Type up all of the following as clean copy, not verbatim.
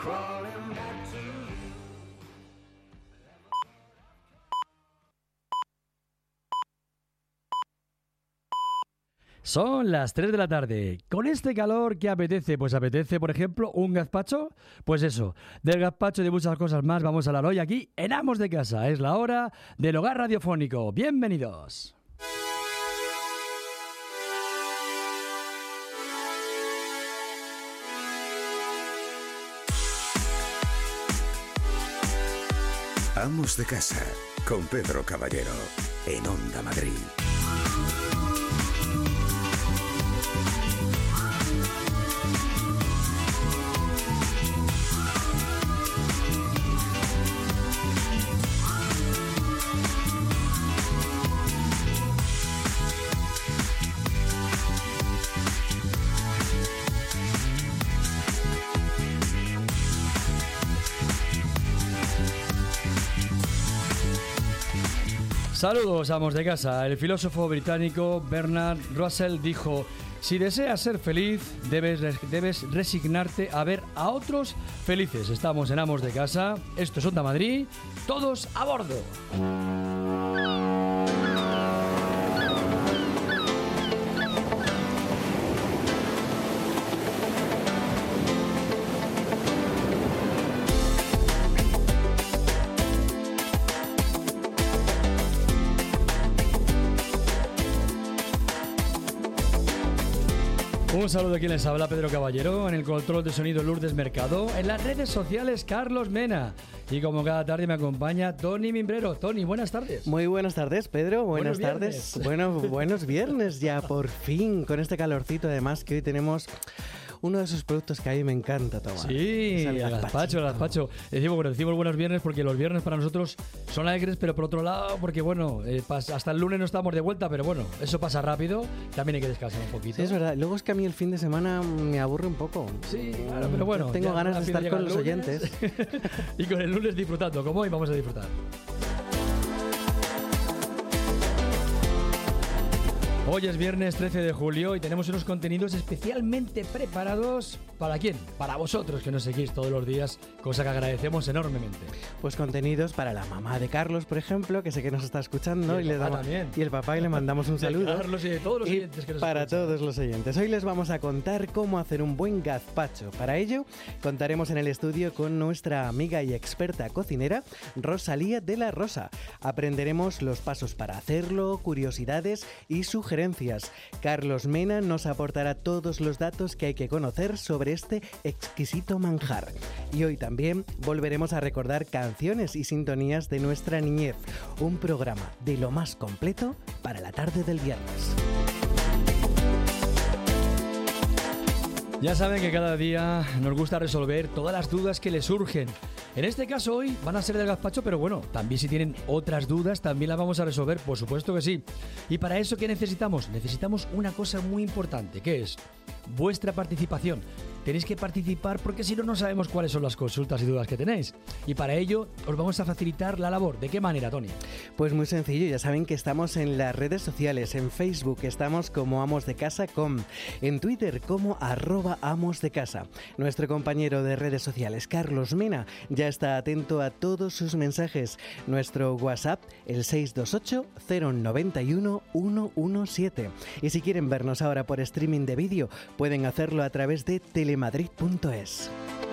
Son las 3 de la tarde. Con este calor, ¿qué apetece? Pues apetece, por ejemplo, un gazpacho. Pues eso, del gazpacho y de muchas cosas más vamos a hablar hoy aquí en Amos de Casa. Es la hora del hogar radiofónico. Bienvenidos. Amos de Casa, con Pedro Caballero, en Onda Madrid. Saludos, amos de casa. El filósofo británico Bernard Russell dijo: si deseas ser feliz, debes resignarte a ver a otros felices. Estamos en Amos de Casa, esto es Onda Madrid, todos a bordo. Un saludo a quien les habla, Pedro Caballero, en el control de sonido Lourdes Mercado, en las redes sociales Carlos Mena. Y como cada tarde me acompaña Tony Mimbrero. Tony, buenas tardes. Muy buenas tardes, Pedro. Buenas tardes. Buenos viernes ya, por fin, con este calorcito además que hoy tenemos uno de esos productos que a mí me encanta tomar. Sí, el gazpacho. Decimos buenos viernes porque los viernes para nosotros son alegres, pero por otro lado, porque bueno, hasta el lunes no estamos de vuelta, pero bueno, eso pasa rápido, también hay que descansar un poquito. Sí, es verdad. Luego es que a mí el fin de semana me aburre un poco. Sí, claro, pero bueno. Tengo ganas de estar con los oyentes. Y con el lunes disfrutando, como hoy vamos a disfrutar. Hoy es viernes 13 de julio y tenemos unos contenidos especialmente preparados. ¿Para quién? Para vosotros que nos seguís todos los días, cosa que agradecemos enormemente. Pues contenidos para la mamá de Carlos, por ejemplo, que sé que nos está escuchando. Y el papá, y le mandamos un saludo. Carlos y de todos los oyentes que nos para escuchan. todos los oyentes. Hoy les vamos a contar cómo hacer un buen gazpacho. Para ello, contaremos en el estudio con nuestra amiga y experta cocinera, Rosalía de la Rosa. Aprenderemos los pasos para hacerlo, curiosidades y sugerencias. Carlos Mena nos aportará todos los datos que hay que conocer sobre este exquisito manjar. Y hoy también volveremos a recordar canciones y sintonías de nuestra niñez. Un programa de lo más completo para la tarde del viernes. Ya saben que cada día nos gusta resolver todas las dudas que les surgen. En este caso hoy van a ser del gazpacho, pero bueno, también si tienen otras dudas también las vamos a resolver, por supuesto que sí. Y para eso, ¿qué necesitamos? Necesitamos una cosa muy importante, que es vuestra participación. Tenéis que participar porque si no, no sabemos cuáles son las consultas y dudas que tenéis. Y para ello os vamos a facilitar la labor. ¿De qué manera, Tony? Pues muy sencillo, ya saben que estamos en las redes sociales. En Facebook estamos como Amos de Casa com, en Twitter como @amosdecasa. Nuestro compañero de redes sociales, Carlos Mena, ya está atento a todos sus mensajes. Nuestro WhatsApp, el 628 091 117. Y si quieren vernos ahora por streaming de vídeo, pueden hacerlo a través de telemadrid.es.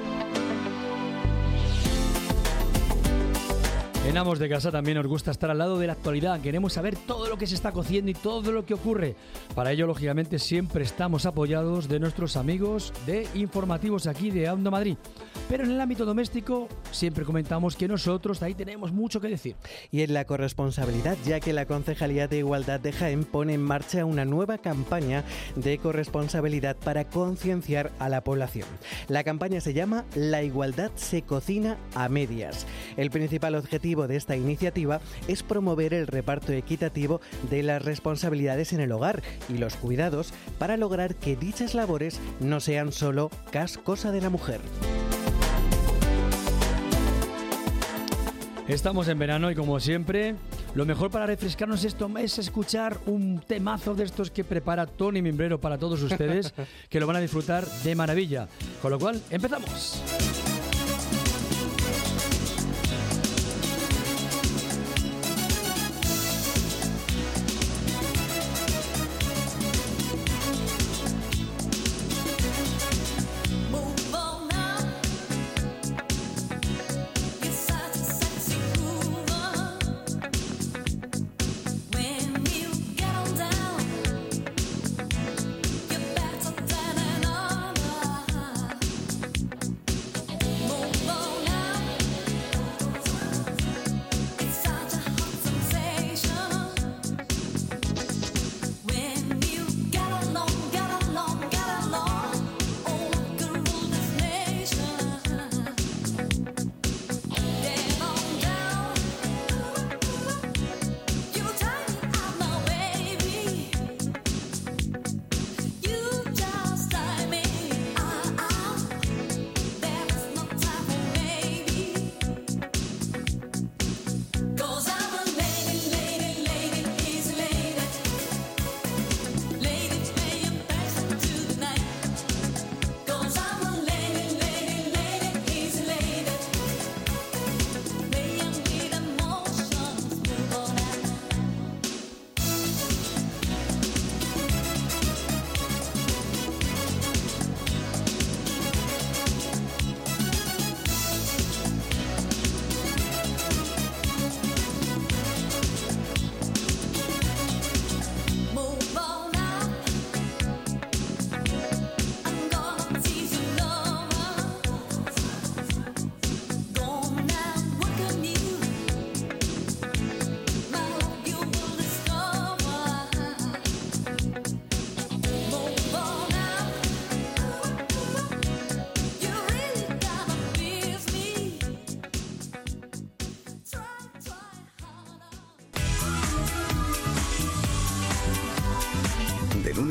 En Amos de Casa también nos gusta estar al lado de la actualidad. Queremos saber todo lo que se está cociendo y todo lo que ocurre. Para ello, lógicamente, siempre estamos apoyados de nuestros amigos de informativos aquí de Onda Madrid. Pero en el ámbito doméstico siempre comentamos que nosotros ahí tenemos mucho que decir. Y en la corresponsabilidad, ya que la Concejalía de Igualdad de Jaén pone en marcha una nueva campaña de corresponsabilidad para concienciar a la población. La campaña se llama La igualdad se cocina a medias. El principal objetivo de esta iniciativa es promover el reparto equitativo de las responsabilidades en el hogar y los cuidados para lograr que dichas labores no sean solo cosa de la mujer. Estamos en verano y como siempre, lo mejor para refrescarnos esto es escuchar un temazo de estos que prepara Tony Mimbrero para todos ustedes, que lo van a disfrutar de maravilla. Con lo cual, ¡empezamos!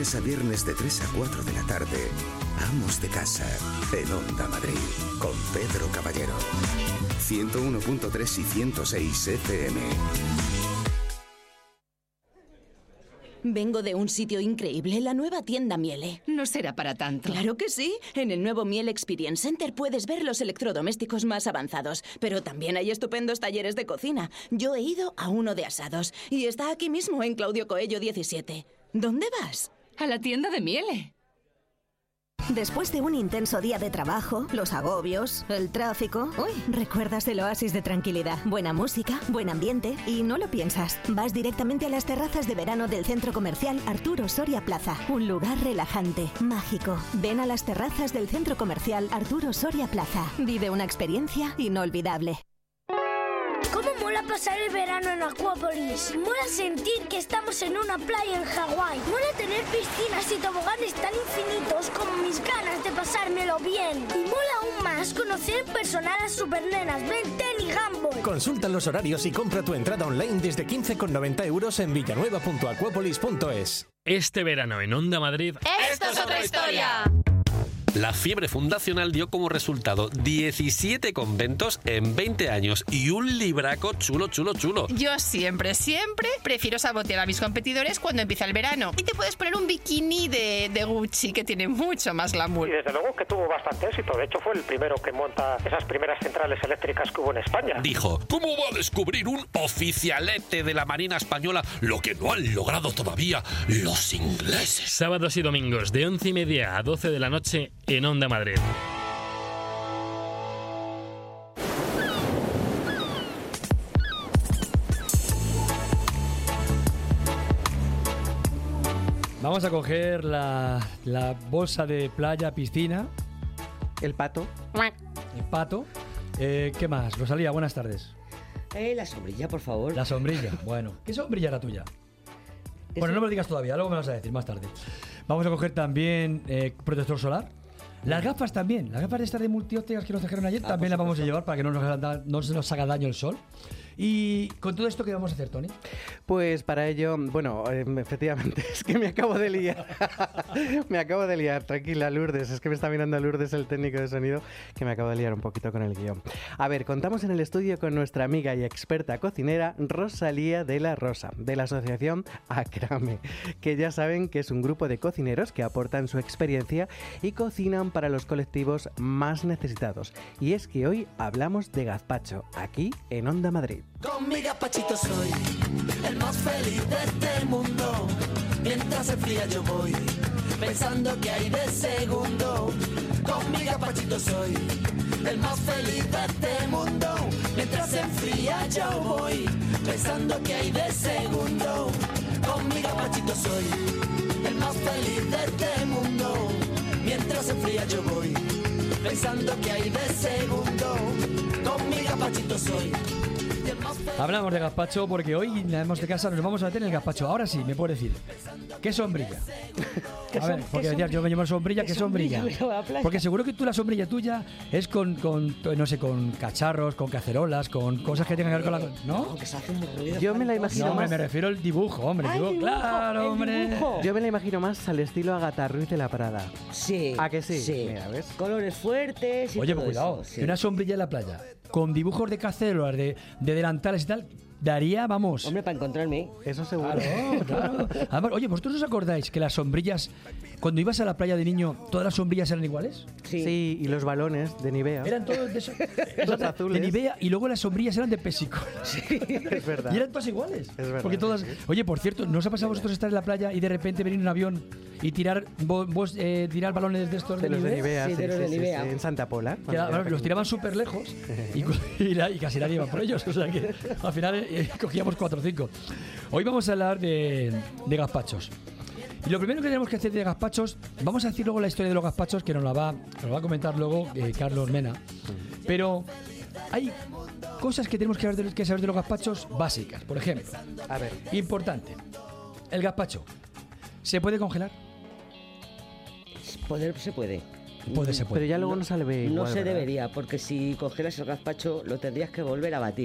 lunes a viernes de 3 a 4 de la tarde. Amos de casa, en Onda Madrid, con Pedro Caballero. 101.3 y 106 FM. Vengo de un sitio increíble, la nueva tienda Miele. No será para tanto. Claro que sí. En el nuevo Miele Experience Center puedes ver los electrodomésticos más avanzados, pero también hay estupendos talleres de cocina. Yo he ido a uno de asados y está aquí mismo en Claudio Coello 17. ¿Dónde vas? A la tienda de Miele. Después de un intenso día de trabajo, los agobios, el tráfico... Uy, recuerdas el oasis de tranquilidad. Buena música, buen ambiente y no lo piensas. Vas directamente a las terrazas de verano del centro comercial Arturo Soria Plaza. Un lugar relajante, mágico. Ven a las terrazas del centro comercial Arturo Soria Plaza. Vive una experiencia inolvidable. ¿Cómo mola pasar el verano en Acuópolis? Mola sentir que estamos en una playa en Hawái. Mola tener piscinas y toboganes tan infinitos como mis ganas de pasármelo bien. Y mola aún más conocer en personal a supernenas Ben 10 y Gumball. Consulta los horarios y compra tu entrada online desde 15,90 € en villanueva.acuópolis.es. Este verano en Onda Madrid... ¡Esto es otra historia! La fiebre fundacional dio como resultado 17 conventos en 20 años y un libraco chulo. Yo siempre prefiero sabotear a mis competidores cuando empieza el verano. Y te puedes poner un bikini de Gucci que tiene mucho más glamour. Y desde luego que tuvo bastante éxito. De hecho, fue el primero que monta esas primeras centrales eléctricas que hubo en España. Dijo, ¿cómo va a descubrir un oficialete de la Marina Española lo que no han logrado todavía los ingleses? Sábados y domingos de 11:30 a 12 de la noche en Onda Madrid. Vamos a coger la bolsa de playa, piscina. El pato. El pato. ¿Qué más? Rosalía, buenas tardes. La sombrilla, por favor. La sombrilla, bueno. ¿Qué sombrilla era tuya? Bueno, no me lo digas todavía, luego me lo vas a decir más tarde. Vamos a coger también protector solar. Las gafas también, las gafas de estas de multiópticas que nos trajeron ayer también las vamos a llevar para que no se nos haga daño el sol. Y con todo esto, ¿qué vamos a hacer, Tony? Pues para ello, bueno, efectivamente, es que me acabo de liar. Tranquila, Lourdes, es que me está mirando Lourdes, el técnico de sonido, que me acabo de liar un poquito con el guión. A ver, contamos en el estudio con nuestra amiga y experta cocinera Rosalía de la Rosa, de la asociación Acrame, que ya saben que es un grupo de cocineros que aportan su experiencia y cocinan para los colectivos más necesitados. Y es que hoy hablamos de gazpacho, aquí en Onda Madrid. Con mi gazpachito soy el más feliz de este mundo. Mientras se enfría yo voy pensando que hay de segundo. Con mi gazpachito soy el más feliz de este mundo. Mientras se enfría yo voy pensando que hay de segundo. Con mi gazpachito soy el más feliz de este mundo. Mientras se enfría yo voy pensando que hay de segundo. Con mi gazpachito soy. Hablamos de gazpacho porque hoy en Amos de Casa nos vamos a meter en el gazpacho.Ora sí, me puedes decir, ¿qué sombrilla? A ver, porque decías, yo me llamo sombrilla, ¿qué sombrilla? Porque seguro que tú la sombrilla tuya es con no sé, con cacharros, con cacerolas, con cosas que tengan que ver con la... ¿No? Yo me la imagino no, hombre, más... me refiero al dibujo, hombre. Dibujo. Claro, hombre. Yo me la imagino más al estilo Agatha Ruiz de la Prada. Sí. ¿A que sí? Sí. Mira, ¿ves? Colores fuertes y oye, todo pues cuidado, eso, sí. que una sombrilla en la playa con dibujos de cacerolas, de delantales y tal, daría, vamos... Hombre, para encontrarme. Eso seguro. Claro. Además, oye, ¿vosotros os acordáis que las sombrillas, cuando ibas a la playa de niño, todas las sombrillas eran iguales? Sí, y los balones de Nivea. Eran todos de, los azules. De Nivea, y luego las sombrillas eran de Pepsico. Sí, es verdad. Y eran todas iguales. Es verdad. Porque todas... Sí. Oye, por cierto, ¿no os ha pasado a vosotros estar en la playa y de repente venir un avión y tirar tirar balones de estos de Nivea? Sí, de los de Nivea. Sí, en Santa Pola. Los tiraban súper lejos y casi nadie iba por ellos. O sea que al final cogíamos 4 o 5. Hoy vamos a hablar de gazpachos. Y lo primero que tenemos que hacer de gazpachos, vamos a decir luego la historia de los gazpachos, que nos la va a comentar luego Carlos Mena. Pero hay cosas que tenemos que saber de los gazpachos básicas. Por ejemplo, a ver, importante, el gazpacho, ¿se puede congelar? Se puede. Se puede. Pero ya luego no sale igual, no se ¿verdad? debería, porque si congelas el gazpacho lo tendrías que volver a batir.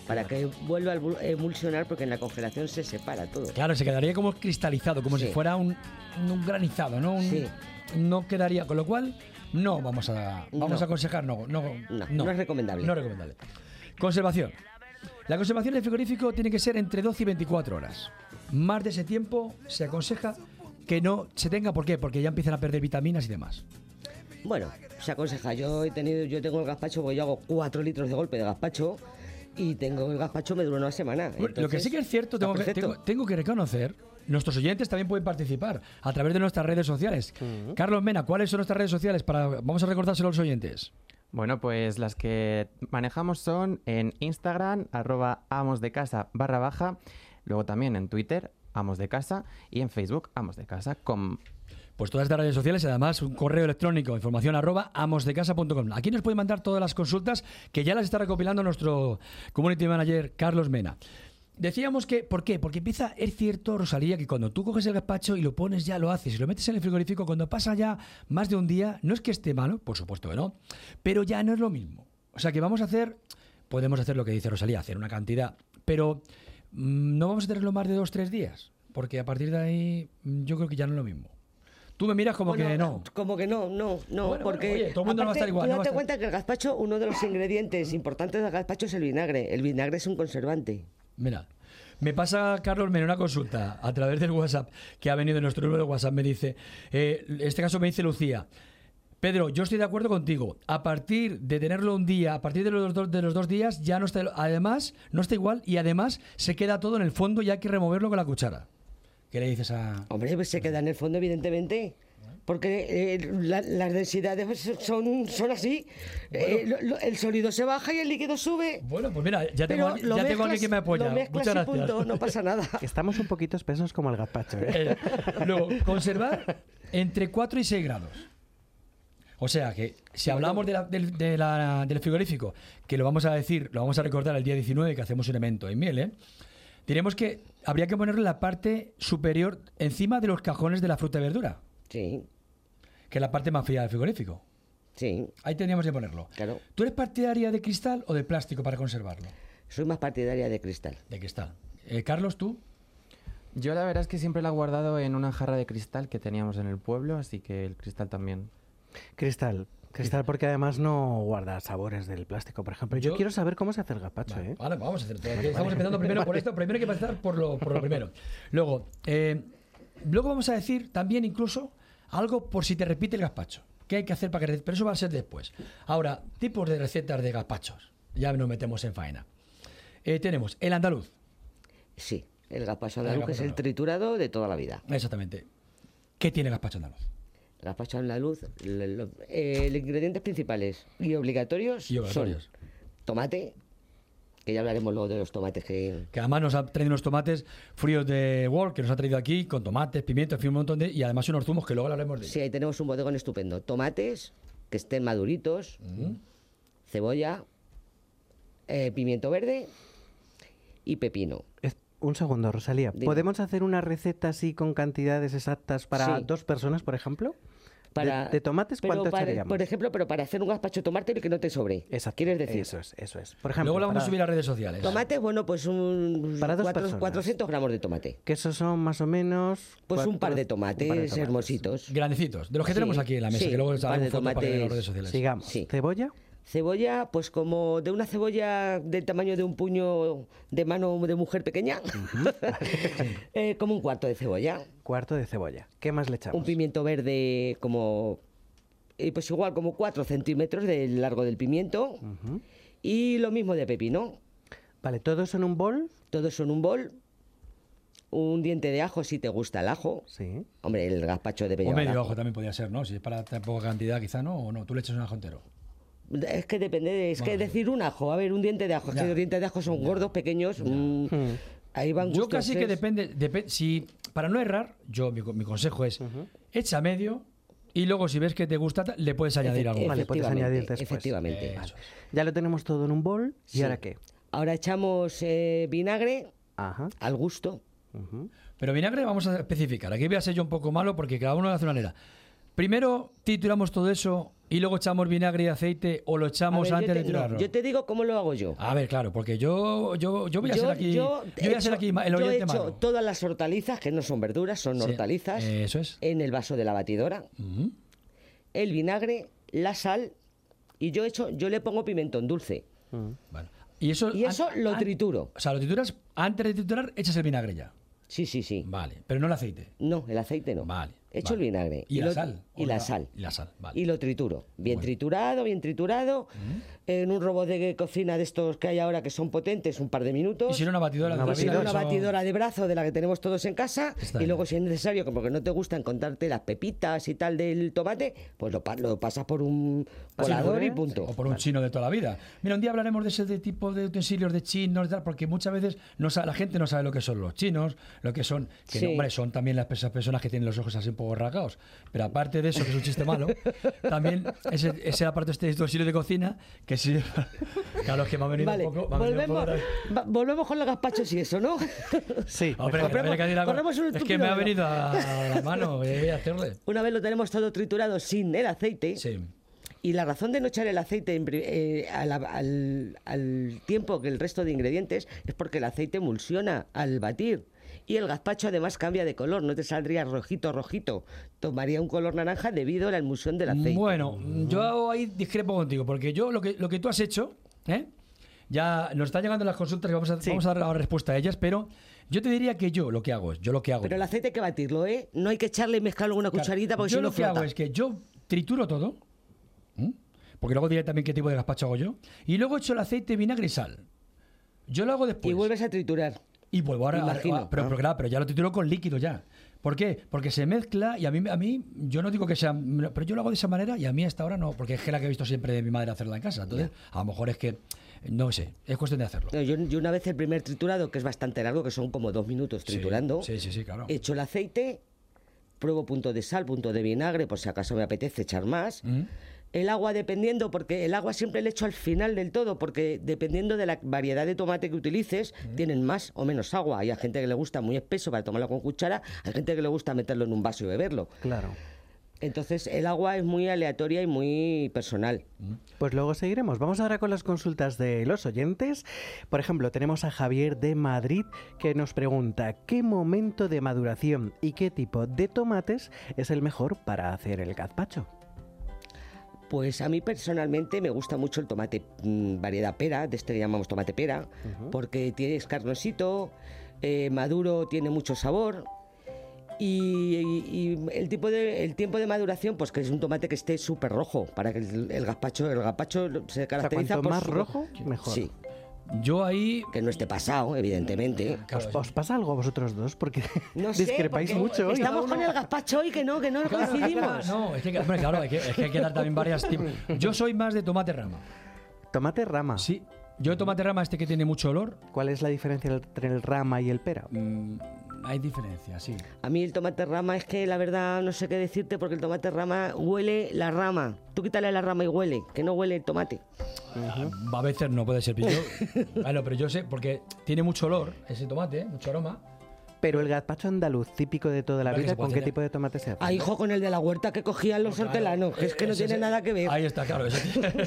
para que vuelva a emulsionar, porque en la congelación se separa todo. Claro, se quedaría como cristalizado, como Sí. si fuera un granizado, ¿no? Sí. No quedaría, con lo cual no vamos a aconsejar, no es recomendable. No es recomendable. Conservación. La conservación del frigorífico tiene que ser entre 12 y 24 horas. Más de ese tiempo se aconseja que no se tenga. ¿Por qué? Porque ya empiezan a perder vitaminas y demás. Bueno, se aconseja. Yo tengo el gazpacho, porque yo hago 4 litros de golpe de gazpacho y tengo el gazpacho, me dura una semana. Bueno, lo que sí que es cierto, tengo que reconocer, nuestros oyentes también pueden participar a través de nuestras redes sociales. Carlos Mena, ¿cuáles son nuestras redes sociales? Vamos a recordárselo a los oyentes. Bueno, pues las que manejamos son en Instagram, @amosdecasa_, luego también en Twitter, Amos de Casa, y en Facebook, Amos de Casa, con... Pues todas estas redes sociales y además un correo electrónico, información @amosdecasa.com. Aquí nos pueden mandar todas las consultas que ya las está recopilando nuestro community manager Carlos Mena. Decíamos que, ¿por qué? Porque es cierto, Rosalía, que cuando tú coges el gazpacho y lo pones, ya lo haces, y lo metes en el frigorífico, cuando pasa ya más de un día, no es que esté malo, por supuesto que no, pero ya no es lo mismo. O sea que podemos hacer lo que dice Rosalía, hacer una cantidad, pero no vamos a tenerlo más de 2-3 días, porque a partir de ahí yo creo que ya no es lo mismo. Tú me miras como que no. Como que no, porque oye, todo el mundo no va a estar igual. Tú date cuenta que el gazpacho, uno de los ingredientes importantes del gazpacho es el vinagre. El vinagre es un conservante. Mira, me pasa Carlos Mena una consulta a través del WhatsApp que ha venido de nuestro número de WhatsApp. Me dice, este caso me dice Lucía, Pedro, yo estoy de acuerdo contigo. A partir de tenerlo un día, a partir de los 2 días, ya no está, además, no está igual y además se queda todo en el fondo y hay que removerlo con la cuchara. ¿Qué le dices a...? Hombre, pues se queda en el fondo, evidentemente. Porque las densidades son así. El sólido se baja y el líquido sube. Bueno, pues mira, ya tengo alguien que me apoya. Muchas gracias. Punto, no pasa nada. Estamos un poquito espesos como el gazpacho. Luego, conservar entre 4 y 6 grados. O sea que si hablamos del frigorífico, que lo vamos a recordar el día 19, que hacemos un evento en Miele, diremos que habría que ponerlo en la parte superior, encima de los cajones de la fruta y verdura. Sí. Que es la parte más fría del frigorífico. Sí. Ahí tendríamos que ponerlo. Claro. ¿Tú eres partidaria de cristal o de plástico para conservarlo? Soy más partidaria de cristal. De cristal. Carlos, ¿tú? Yo la verdad es que siempre la he guardado en una jarra de cristal que teníamos en el pueblo, así que el cristal también. Cristal, porque además no guarda sabores del plástico, por ejemplo. Yo quiero saber cómo se hace el gazpacho, Vale, vamos a hacer. Estamos empezando primero por esto. Primero hay que empezar por lo primero. Luego vamos a decir también incluso algo por si te repite el gazpacho. ¿Qué hay que hacer para que pero eso va a ser después. Ahora, tipos de recetas de gazpachos. Ya nos metemos en faena. Tenemos el andaluz. Sí, el gazpacho andaluz, que es el triturado de toda la vida. Exactamente. ¿Qué tiene el gazpacho andaluz? El gazpacho andaluz, los ingredientes principales y obligatorios son tomate, que ya hablaremos luego de los tomates que además nos ha traído unos tomates fríos de World, que nos ha traído aquí, con tomates, pimientos, en fin, un montón y además unos zumos que luego hablaremos de ellos. Sí, ahí tenemos un bodegón estupendo. Tomates, que estén maduritos, cebolla, pimiento verde y pepino. Un segundo, Rosalía. Dime. ¿Podemos hacer una receta así con cantidades exactas para 2 personas, por ejemplo? ¿De tomates cuánto echaríamos? Por ejemplo, pero para hacer un gazpacho de tomate que no te sobre. Exacto. ¿Quieres decir? Eso es. Por ejemplo, luego lo vamos a subir a redes sociales. Tomate, bueno, pues para 2 personas. 400 gramos de tomate. Que esos son más o menos... Pues un par de tomates hermositos. Grandecitos, de los que tenemos aquí en la mesa, que luego les haremos fotos para las redes sociales. Sigamos. Sí. ¿Cebolla? Cebolla, pues como de una cebolla del tamaño de un puño de mano de mujer pequeña, como un cuarto de cebolla. Cuarto de cebolla. ¿Qué más le echamos? Un pimiento verde como, pues igual como 4 centímetros de largo del pimiento. Y lo mismo de pepino. Vale, ¿todo eso en un bol? Todo eso en un bol. Un diente de ajo si te gusta el ajo. Sí. Hombre, el gazpacho de o medio ajo también podría ser, ¿no? Si es para poca cantidad quizá, ¿no? O no, tú le echas un ajo entero. Es que depende, que decir un ajo, a ver, un diente de ajo, es que los dientes de ajo son gordos, pequeños, ahí van gustos. Yo casi que depende, si para no errar, mi consejo es, echa medio y luego si ves que te gusta, le puedes añadir algo. Vale, puedes añadir después. Efectivamente. Vale. Ya lo tenemos todo en un bol, ¿y ahora qué? Ahora echamos vinagre al gusto. Pero vinagre vamos a especificar, aquí voy a ser yo un poco malo porque cada uno lo hace de una manera. Primero trituramos todo eso y luego echamos vinagre y aceite o lo echamos antes de tirarlo. Yo te digo cómo lo hago yo. A ver, claro, porque yo voy a ser aquí. Yo voy a ser aquí el oyente Yo he hecho malo. todas las hortalizas, que no son verduras, son hortalizas, eso es. en el vaso de la batidora. El vinagre, la sal, y yo le pongo pimentón dulce. Vale. Y eso lo trituro. O sea, lo trituras, antes de triturar echas el vinagre ya. Sí. Vale, pero no el aceite. No, el aceite no. Vale. Echo el vinagre. ¿Y la sal? Y la sal. Y la sal, vale. Y lo trituro. Bien triturado. En un robot de cocina de estos que hay ahora que son potentes, un par de minutos. Y si no, una batidora. Una batidora de brazo de la que tenemos todos en casa. Y luego, si es necesario, como que no te gusta encontrarte las pepitas y tal del tomate, pues lo pasas por un colador y punto. O por un chino de toda la vida. Mira, un día hablaremos de ese tipo de utensilios de chinos y tal, porque muchas veces la gente no sabe lo que son los chinos, lo que son, que no, hombre, son también las personas que tienen los ojos así un poco rasgados. Pero aparte de eso, que es un chiste malo, también ese aparato este utensilio de cocina, que sí, claro, que me ha venido vale, un poco. Volvemos con los gazpachos y eso, ¿no? Sí, es que me ha venido a la mano, voy a hacerle. Una vez lo tenemos todo triturado sin el aceite. Sí. Y la razón de no echar el aceite al tiempo que el resto de ingredientes es porque el aceite emulsiona al batir. Y el gazpacho además cambia de color, no te saldría rojito, tomaría un color naranja debido a la emulsión del aceite. Bueno, yo ahí discrepo contigo, porque yo lo que tú has hecho, ya nos están llegando las consultas y vamos a dar la respuesta a ellas, pero yo te diría que yo lo que hago. Pero el aceite hay que batirlo, no hay que echarle y mezclarlo con una cucharita porque si no flota. Yo lo que hago es que yo trituro todo, porque luego diré también qué tipo de gazpacho hago yo, y luego echo el aceite, vinagre y sal. Yo lo hago después. Y vuelves a triturar. Y vuelvo pero ya lo trituro con líquido ya. ¿Por qué? Porque se mezcla y a mí yo no digo que sea, pero yo lo hago de esa manera y a mí hasta ahora no, porque es que la que he visto siempre de mi madre hacerla en casa. Entonces, a lo mejor es que, no sé, es cuestión de hacerlo. No, yo una vez el primer triturado, que es bastante largo, que son como 2 minutos triturando, sí, claro. Echo el aceite, pruebo punto de sal, punto de vinagre, por si acaso me apetece echar más. El agua dependiendo, porque el agua siempre le echo al final del todo, porque dependiendo de la variedad de tomate que utilices, tienen más o menos agua. Hay gente que le gusta muy espeso para tomarlo con cuchara, hay gente que le gusta meterlo en un vaso y beberlo. Claro. Entonces el agua es muy aleatoria y muy personal. Pues luego seguiremos. Vamos ahora con las consultas de los oyentes. Por ejemplo, tenemos a Javier de Madrid que nos pregunta ¿qué momento de maduración y qué tipo de tomates es el mejor para hacer el gazpacho? Pues a mí personalmente me gusta mucho el tomate variedad pera, de este que llamamos tomate pera, porque es carnosito, maduro, tiene mucho sabor. Y el tiempo de maduración, pues que es un tomate que esté súper rojo, para que el gazpacho se caracteriza cuanto por más rojo, mejor. Sí. Yo ahí... Que no esté pasado, evidentemente. ¿Os pasa algo a vosotros dos? Porque no sé, discrepáis mucho hoy. Estamos con el gazpacho hoy que no coincidimos. No, es que claro, hay que dar también varias tipos. Yo soy más de tomate rama. ¿Tomate rama? Sí. Yo tomate rama que tiene mucho olor. ¿Cuál es la diferencia entre el rama y el pera? Hay diferencia, sí. A mí el tomate rama es que la verdad no sé qué decirte, porque el tomate rama huele la rama. Tú quítale la rama y huele, que no huele el tomate. A veces no puede ser pillo. Bueno, pero yo sé, porque tiene mucho olor ese tomate, mucho aroma. Pero el gazpacho andaluz, típico de toda la vida, ¿con qué tipo de tomate se hace? Ah, hijo, con el de la huerta que cogían los hortelanos, que es que no tiene nada que ver. Ahí está, claro.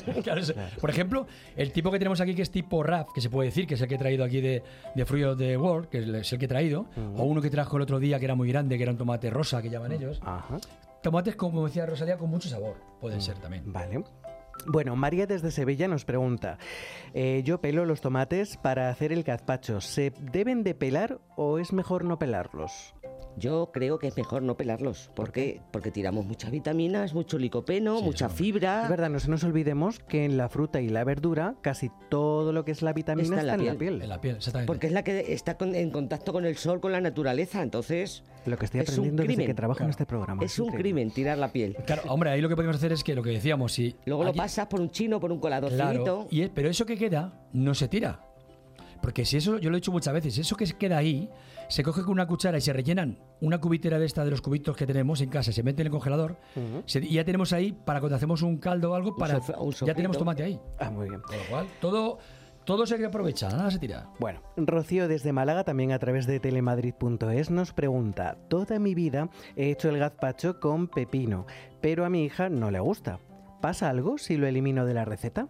Por ejemplo, el tipo que tenemos aquí, que es tipo RAF, que se puede decir, que es el que he traído aquí de Fruit of the World, que es el que he traído, o uno que trajo el otro día, que era muy grande, que era un tomate rosa, que llaman ellos. Tomates, como decía Rosalía, con mucho sabor, pueden ser también. Vale. Bueno, María desde Sevilla nos pregunta, yo pelo los tomates para hacer el gazpacho, ¿se deben de pelar o es mejor no pelarlos? Yo creo que es mejor no pelarlos. Porque tiramos muchas vitaminas, mucho licopeno, mucha fibra. Es verdad, no se nos olvidemos que en la fruta y la verdura casi todo lo que es la vitamina está en la piel. En la piel, exactamente. Porque es la que está en contacto con el sol, con la naturaleza. Entonces, lo que estoy aprendiendo desde que trabajo en este programa. Es un crimen tirar la piel. Claro, hombre, ahí lo que podemos hacer es que lo que decíamos, si luego lo pasas por un chino, por un colador finito. Pero eso que queda no se tira. Porque si eso, yo lo he dicho muchas veces, eso que queda ahí, se coge con una cuchara y se rellenan una cubitera de los cubitos que tenemos en casa, se mete en el congelador, y ya tenemos ahí, para cuando hacemos un caldo o algo, ya tenemos tomate ahí. Ah, muy bien. Con lo cual, todo se aprovecha, nada se tira. Bueno, Rocío desde Málaga, también a través de telemadrid.es, nos pregunta, toda mi vida he hecho el gazpacho con pepino, pero a mi hija no le gusta. ¿Pasa algo si lo elimino de la receta?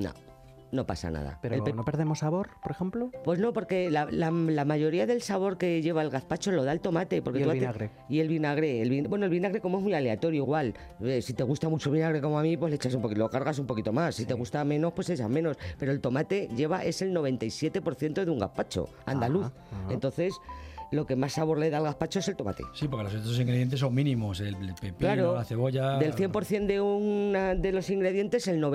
No pasa nada. ¿Pero no perdemos sabor, por ejemplo? Pues no, porque la mayoría del sabor que lleva el gazpacho lo da el tomate. Porque ¿Y el vinagre? Y el vinagre. Bueno, el vinagre como es muy aleatorio igual. Si te gusta mucho el vinagre como a mí, pues le echas un poquito, lo cargas un poquito más. Si te gusta menos, pues echas menos. Pero el tomate es el 97% de un gazpacho andaluz. Entonces, lo que más sabor le da al gazpacho es el tomate. Sí, porque los otros ingredientes son mínimos, el pepino, claro, la cebolla... Del 100% de los ingredientes, el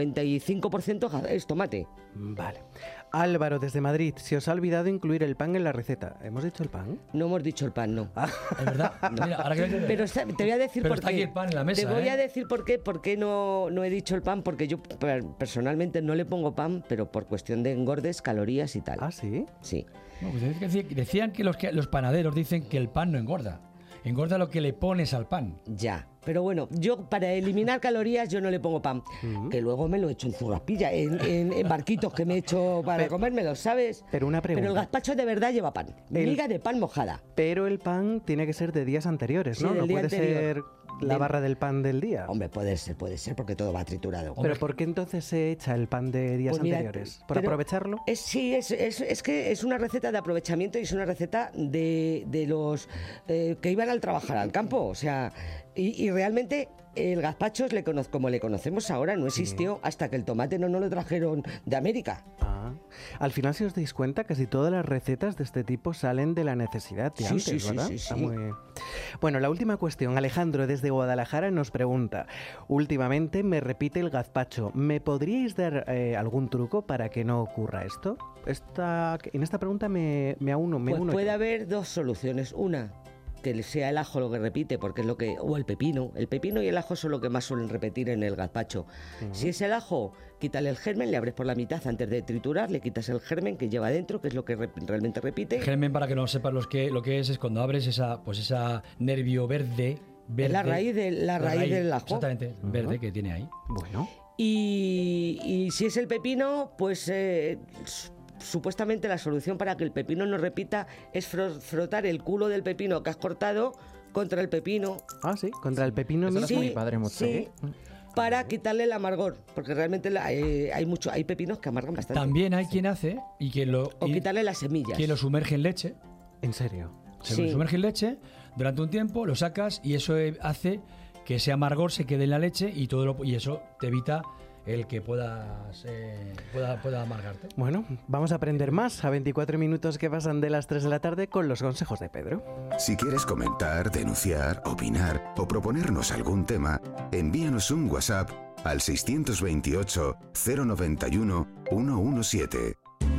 95% es tomate. Vale. Álvaro, desde Madrid, se os ha olvidado incluir el pan en la receta. ¿Hemos dicho el pan? No hemos dicho el pan, no. Es verdad. Mira, ahora que pero te voy a decir pero por está qué. aquí el pan en la mesa, Te voy a decir por qué no he dicho el pan, porque yo personalmente no le pongo pan, pero por cuestión de engordes, calorías y tal. ¿Ah, sí? Sí. No, pues decían que los panaderos dicen que el pan no engorda. Engorda lo que le pones al pan. Ya. Pero bueno, yo para eliminar calorías yo no le pongo pan. Que luego me lo echo en zurraspilla, en barquitos que me he hecho para comérmelo, ¿sabes? Pero una pregunta. Pero el gazpacho de verdad lleva pan. Miga de pan mojada. Pero el pan tiene que ser de días anteriores, ¿no? Sí, no día puede anterior. ser la barra del pan del día. Hombre, puede ser, porque todo va triturado. ¿Pero por qué entonces se echa el pan de días Pues mira, anteriores? ¿Por aprovecharlo? Sí, es que es una receta de aprovechamiento y es una receta de los que iban al trabajar al campo. O sea, y realmente el gazpacho, como le conocemos ahora, no existió hasta que el tomate no nos lo trajeron de América. Al final, si os dais cuenta, casi todas las recetas de este tipo salen de la necesidad de antes, ¿verdad? Sí. Está muy... Bueno, la última cuestión. Alejandro, desde Guadalajara, nos pregunta: últimamente me repite el gazpacho. ¿Me podríais dar algún truco para que no ocurra esto? En esta pregunta me uno. Pues puede haber dos soluciones. Una, que sea el ajo lo que repite, porque es lo que... O el pepino. El pepino y el ajo son lo que más suelen repetir en el gazpacho. Si es el ajo, quítale el germen, le abres por la mitad antes de triturar, le quitas el germen que lleva dentro, que es lo que realmente repite. Germen, para que no sepas lo que es cuando abres esa nervio verde. Es la raíz del ajo. Exactamente, verde que tiene ahí. Bueno. Y si es el pepino, pues... supuestamente la solución para que el pepino no repita es frotar el culo del pepino que has cortado contra el pepino. Ah, sí, contra el pepino. Eso lo hace mi padre mucho. Sí, para quitarle el amargor, porque realmente hay pepinos que amargan bastante. También hay quien hace o quitarle las semillas. Que lo sumerge en leche. ¿En serio? Se sumerge en leche durante un tiempo, lo sacas y eso hace que ese amargor se quede en la leche y eso te evita el que pueda amargarte. Bueno, vamos a aprender más a 24 minutos que pasan de las 3 de la tarde con los consejos de Pedro. Si quieres comentar, denunciar, opinar o proponernos algún tema, envíanos un WhatsApp al 628 091 117.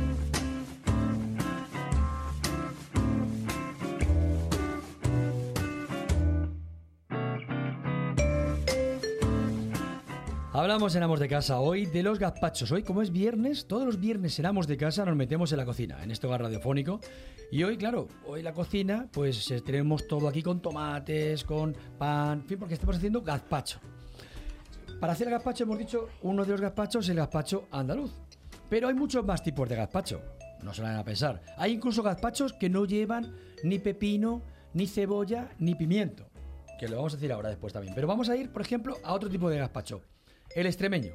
Hablamos en Amos de Casa hoy de los gazpachos. Hoy, como es viernes, todos los viernes en Amos de Casa nos metemos en la cocina, en este hogar radiofónico. Y hoy, claro, hoy la cocina, pues tenemos todo aquí con tomates, con pan, en fin, porque estamos haciendo gazpacho. Para hacer el gazpacho hemos dicho, uno de los gazpachos es el gazpacho andaluz. Pero hay muchos más tipos de gazpacho, no se lo van a pensar. Hay incluso gazpachos que no llevan ni pepino, ni cebolla, ni pimiento, que lo vamos a decir ahora después también. Pero vamos a ir, por ejemplo, a otro tipo de gazpacho. El extremeño.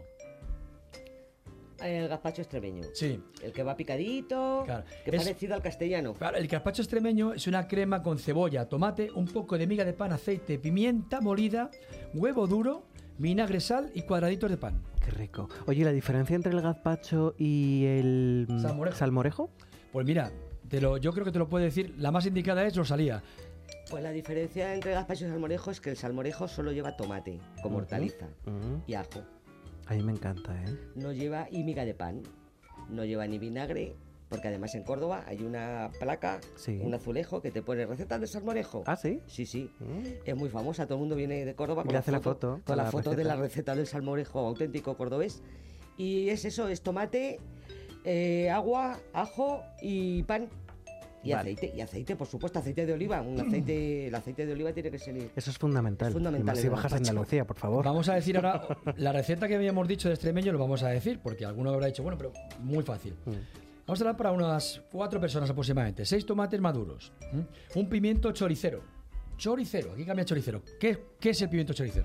El gazpacho extremeño. Sí. El que va picadito, claro, que es parecido al castellano. Claro, el gazpacho extremeño es una crema con cebolla, tomate, un poco de miga de pan, aceite, pimienta molida, huevo duro, vinagre, sal y cuadraditos de pan. Qué rico. Oye, ¿la diferencia entre el gazpacho y el salmorejo? Pues mira, yo creo que te lo puedo decir, la más indicada es Rosalía. Pues la diferencia entre el gazpacho y el salmorejo es que el salmorejo solo lleva tomate como hortaliza y ajo. A mí me encanta, ¿eh? No lleva miga de pan, no lleva ni vinagre, porque además en Córdoba hay una placa, un azulejo que te pone recetas de salmorejo. ¿Ah, sí? Sí. Es muy famosa, todo el mundo viene de Córdoba con la foto de la receta del salmorejo auténtico cordobés. Y es eso, es tomate, agua, ajo y pan. Y aceite, por supuesto, aceite de oliva. El aceite de oliva tiene que ser... Eso es fundamental. Y más si bajas a Andalucía, por favor. Vamos a decir ahora, la receta que habíamos dicho de extremeño lo vamos a decir, porque alguno habrá dicho, bueno, pero muy fácil. Vamos a hablar para unas 4 personas aproximadamente. 6 tomates maduros. Un pimiento choricero. Choricero, aquí cambia choricero. ¿Qué es el pimiento choricero?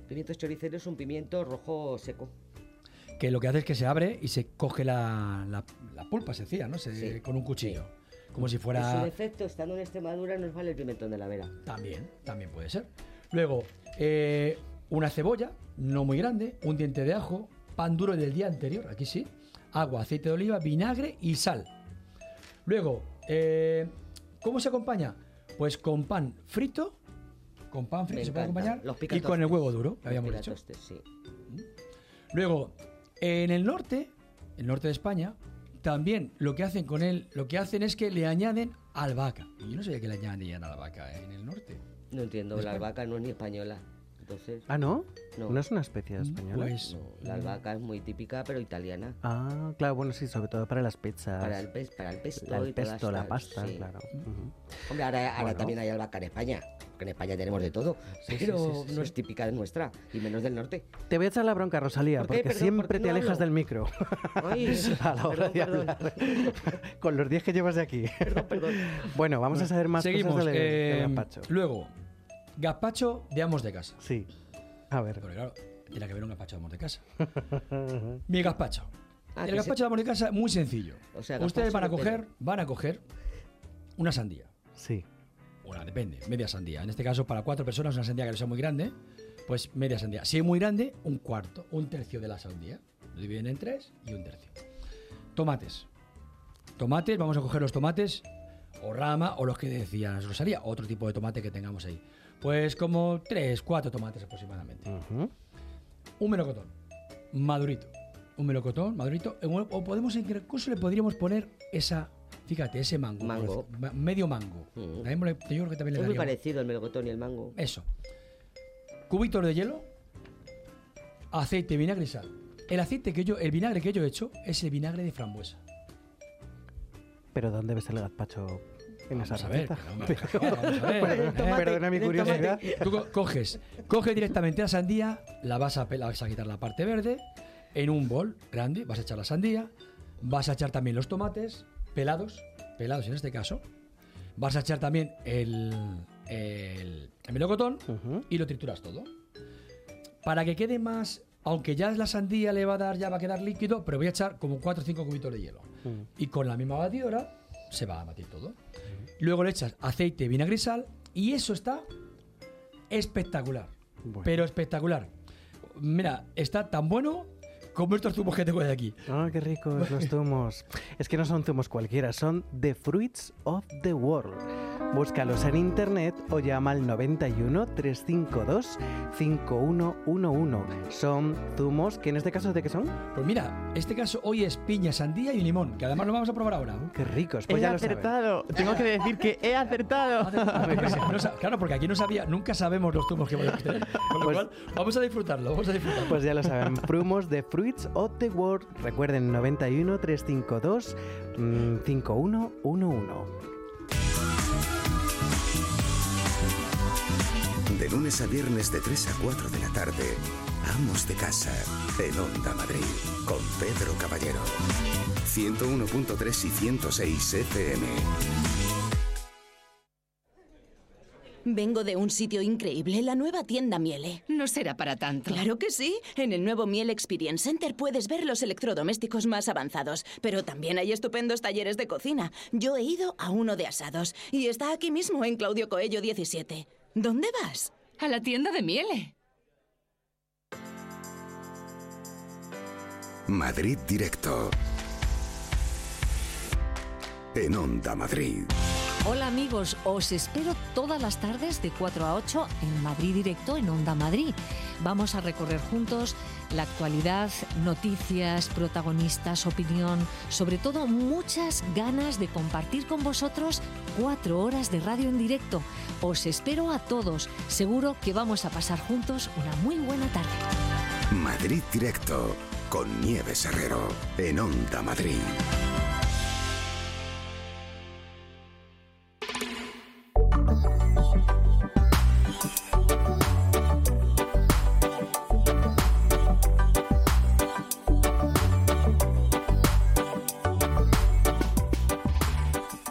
Pimientos choriceros es un pimiento rojo seco. Que lo que hace es que se abre y se coge la pulpa sencilla, ¿no? Sí. Con un cuchillo. Sí. Como si fuera... En su defecto, estando en Extremadura, nos vale el pimentón de la Vera. También puede ser. Luego, una cebolla, no muy grande, un diente de ajo, pan duro del día anterior, aquí sí, agua, aceite de oliva, vinagre y sal. Luego, ¿cómo se acompaña? Pues con pan frito, se puede acompañar, y con el huevo duro, que habíamos dicho. Sí. Luego, en el norte de España, también lo que hacen con él, es que le añaden albahaca. Y yo no sabía que le añadían albahaca en el norte. No entiendo, la albahaca no es ni española. Entonces, ¿Ah, no? ¿No es una especie española? Pues, no, la albahaca es muy típica, pero italiana. Ah, claro, bueno, sí, sobre todo para las pizzas. Para el pesto, el pesto, la pasta, sí. Claro. Hombre, ahora también hay albahaca en España. Porque en España tenemos de todo, pero no es típica de nuestra, y menos del norte. Te voy a echar la bronca, Rosalía, porque siempre te alejas del micro. Ay, a la hora de hablar. Con los 10 que llevas de aquí. Perdón. Bueno, vamos a saber más seguimos, cosas del gazpacho. Luego, gazpacho de amos de casa. Sí. A ver. Porque claro, tiene que haber un gazpacho de amos de casa. Mi gazpacho. El gazpacho de amos de casa es muy sencillo. O sea, ustedes van a coger una sandía. Sí. Una, depende, media sandía. En este caso, para 4 personas, una sandía que no sea muy grande, pues media sandía. Si es muy grande, un cuarto, un tercio de la sandía. Lo dividen en 3 y un tercio. Tomates, vamos a coger los tomates o rama o los que decía Rosalía, otro tipo de tomate que tengamos ahí. Pues como 3, 4 tomates aproximadamente. Un melocotón madurito. O podemos, incluso le podríamos poner fíjate, ese mango. Medio mango. Yo creo que también le daría. Es muy parecido el melocotón y el mango. Eso. Cubitos de hielo, aceite, vinagre y sal. El vinagre que yo he hecho es el vinagre de frambuesa. ¿Pero dónde ves el gazpacho en esa receta? Vamos a ver. Perdona mi curiosidad. Tú coges directamente la sandía, vas a quitar la parte verde, en un bol grande vas a echar la sandía, vas a echar también los tomates, pelados en este caso, vas a echar también el melocotón y lo trituras todo. Para que quede más, aunque ya la sandía ya va a quedar líquido, pero voy a echar como 4 o 5 cubitos de hielo. Y con la misma batidora se va a batir todo. Luego le echas aceite, vinagre y sal y eso está espectacular. Pero espectacular. Mira, está tan bueno como estos zumos que tengo de aquí. ¡Ah, qué ricos los zumos! Es que no son zumos cualquiera, son The Fruits of the World. Búscalos en internet o llama al 91 352 5111. Son zumos que en este caso, ¿de qué son? Pues mira, este caso hoy es piña, sandía y limón, que además lo vamos a probar ahora. ¡Qué ricos! Pues he ya acertado. Tengo que decir que he acertado. Claro, porque aquí nunca sabemos los zumos que voy a tener. Con lo cual, vamos a disfrutarlo. Pues ya lo saben, Frumos de Fruits of the World. Recuerden, 91 352 5111. De lunes a viernes de 3 a 4 de la tarde, Amos de Casa, en Onda Madrid, con Pedro Caballero. 101.3 y 106 FM. Vengo de un sitio increíble, la nueva tienda Miele. No será para tanto. Claro que sí. En el nuevo Miele Experience Center puedes ver los electrodomésticos más avanzados, pero también hay estupendos talleres de cocina. Yo he ido a uno de asados y está aquí mismo en Claudio Coello 17. ¿Dónde vas? A la tienda de Miele. Madrid Directo. En Onda Madrid. Hola amigos, os espero todas las tardes de 4 a 8 en Madrid Directo en Onda Madrid. Vamos a recorrer juntos la actualidad, noticias, protagonistas, opinión, sobre todo muchas ganas de compartir con vosotros 4 horas de radio en directo. Os espero a todos, seguro que vamos a pasar juntos una muy buena tarde. Madrid Directo con Nieves Herrero en Onda Madrid.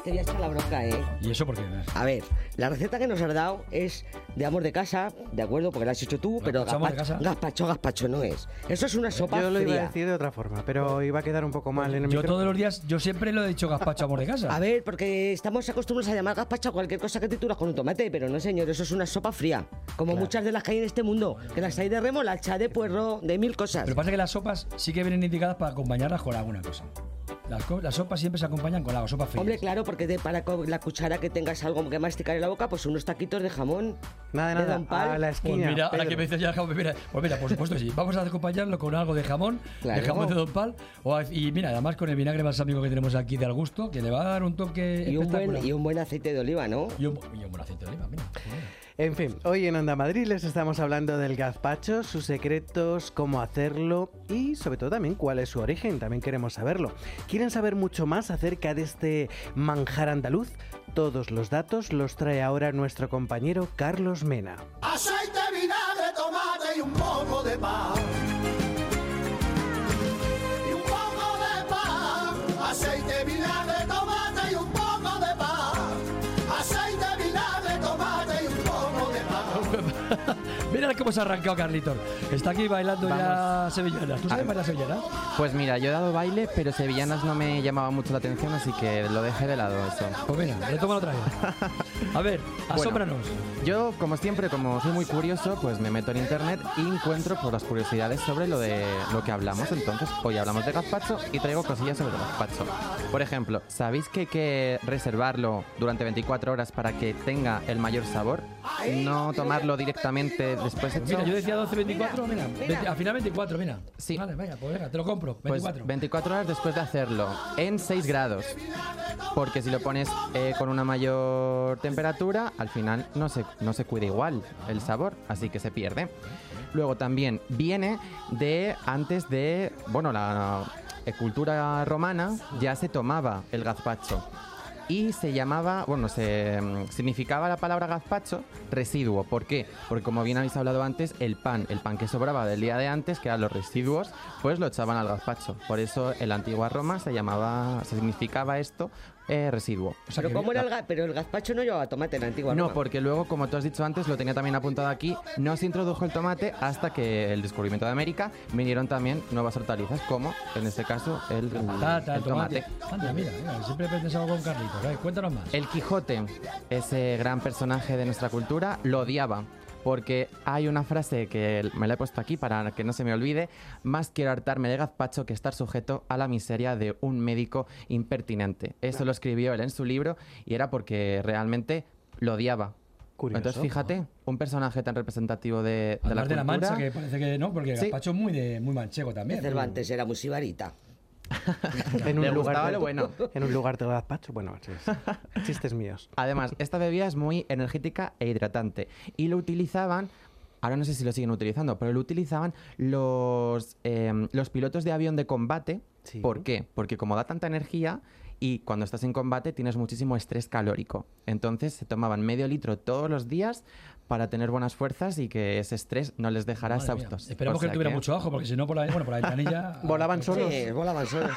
te voy a echar la bronca, ¿eh? ¿Y eso por qué? A ver, la receta que nos has dado es de amor de casa, ¿de acuerdo? Porque la has hecho tú, pero gazpacho no es. Eso es una sopa Yo lo iba a fría. decir de otra forma, pero iba a quedar un poco mal en el Yo micrófono. todos los días, yo siempre lo he dicho gazpacho amor de casa. A ver, porque estamos acostumbrados a llamar gazpacho a cualquier cosa que titulas con un tomate, pero no, señor, eso es una sopa fría. Como muchas de las que hay en este mundo, que las hay de remolacha, de puerro, de mil cosas. Pero pasa que las sopas sí que vienen indicadas para acompañarlas con alguna cosa. Las sopas siempre se acompañan con algo, sopas frías. Hombre, claro, porque para con la cuchara que tengas algo que masticar en la boca, pues unos taquitos de jamón. Nada, de Don Pal. a la esquina. Pues mira, ahora Pedro. que me dices ya el jamón, pues mira, por supuesto sí. Vamos a acompañarlo con algo de jamón, Claro. de jamón de Don Pal. Y mira, además con el vinagre balsámico que tenemos aquí de al gusto, que le va a dar un toque espectacular. Y un buen aceite de oliva, ¿no? Y un buen aceite de oliva, mira. En fin, hoy en Onda Madrid les estamos hablando del gazpacho, sus secretos, cómo hacerlo y sobre todo también cuál es su origen, también queremos saberlo. ¿Quieren saber mucho más acerca de este manjar andaluz? Todos los datos los trae ahora nuestro compañero Carlos Mena. Aceite, vinagre, tomate y un poco de pan. Y un poco de pan. Aceite, vinagre, tomate y un poco de pan. Aceite, vinagre, tomate y un poco de pan. Mira cómo se ha arrancado Carlitos. Está aquí bailando ya sevillanas. ¿Tú sabes bailar sevillanas? Pues mira, yo he dado baile, pero sevillanas no me llamaba mucho la atención, así que lo dejé de lado eso. Pues mira, retómalo otra vez. A ver, asómbranos. Yo, como siempre, como soy muy curioso, pues me meto en internet y encuentro pues, las curiosidades sobre lo que hablamos. Entonces, hoy hablamos de gazpacho y traigo cosillas sobre el gazpacho. Por ejemplo, ¿sabéis que hay que reservarlo durante 24 horas para que tenga el mayor sabor? No tomarlo directamente después hecho. Mira, yo decía 12, 24, mira. Al final 24, mira. Sí. Vale, venga, pues venga, te lo compro. 24. Pues 24 horas después de hacerlo, en 6 grados. Porque si lo pones con una mayor temperatura, al final no se cuida igual el sabor, así que se pierde. Luego también viene de antes de, bueno, la cultura romana ya se tomaba el gazpacho. Y se llamaba, bueno, significaba la palabra gazpacho residuo. ¿Por qué? Porque como bien habéis hablado antes, el pan que sobraba del día de antes, que eran los residuos, pues lo echaban al gazpacho. Por eso en la antigua Roma se significaba esto residuo. O sea, Pero, ¿cómo era pero el gazpacho no llevaba tomate en la antigua Roma? No, porque luego, como tú has dicho antes, lo tenía también apuntado aquí, no se introdujo el tomate hasta que el descubrimiento de América vinieron también nuevas hortalizas, como en este caso el tomate. Anda, mira, siempre he pensado con Carlitos. Cuéntanos más. El Quijote, ese gran personaje de nuestra cultura, lo odiaba. Porque hay una frase que me la he puesto aquí para que no se me olvide: más quiero hartarme de gazpacho que estar sujeto a la miseria de un médico impertinente. Eso lo escribió él en su libro y era porque realmente lo odiaba. Curioso. Entonces, fíjate, un personaje tan representativo de la cultura. De la Mancha, que parece que no, porque el gazpacho es muy manchego también. Cervantes era muy sibarita. En un lugar lo bueno. En un lugar de gazpacho, bueno, chistes míos. Además, esta bebida es muy energética e hidratante y lo utilizaban, ahora no sé si lo siguen utilizando, pero lo utilizaban los pilotos de avión de combate. Sí. ¿Por qué? Porque como da tanta energía y cuando estás en combate tienes muchísimo estrés calórico. Entonces se tomaban medio litro todos los días para tener buenas fuerzas y que ese estrés no les dejara exhaustos. Esperemos que tuviera mucho ajo, porque si no por la ventanilla... ¿Volaban solos? Sí, volaban solos.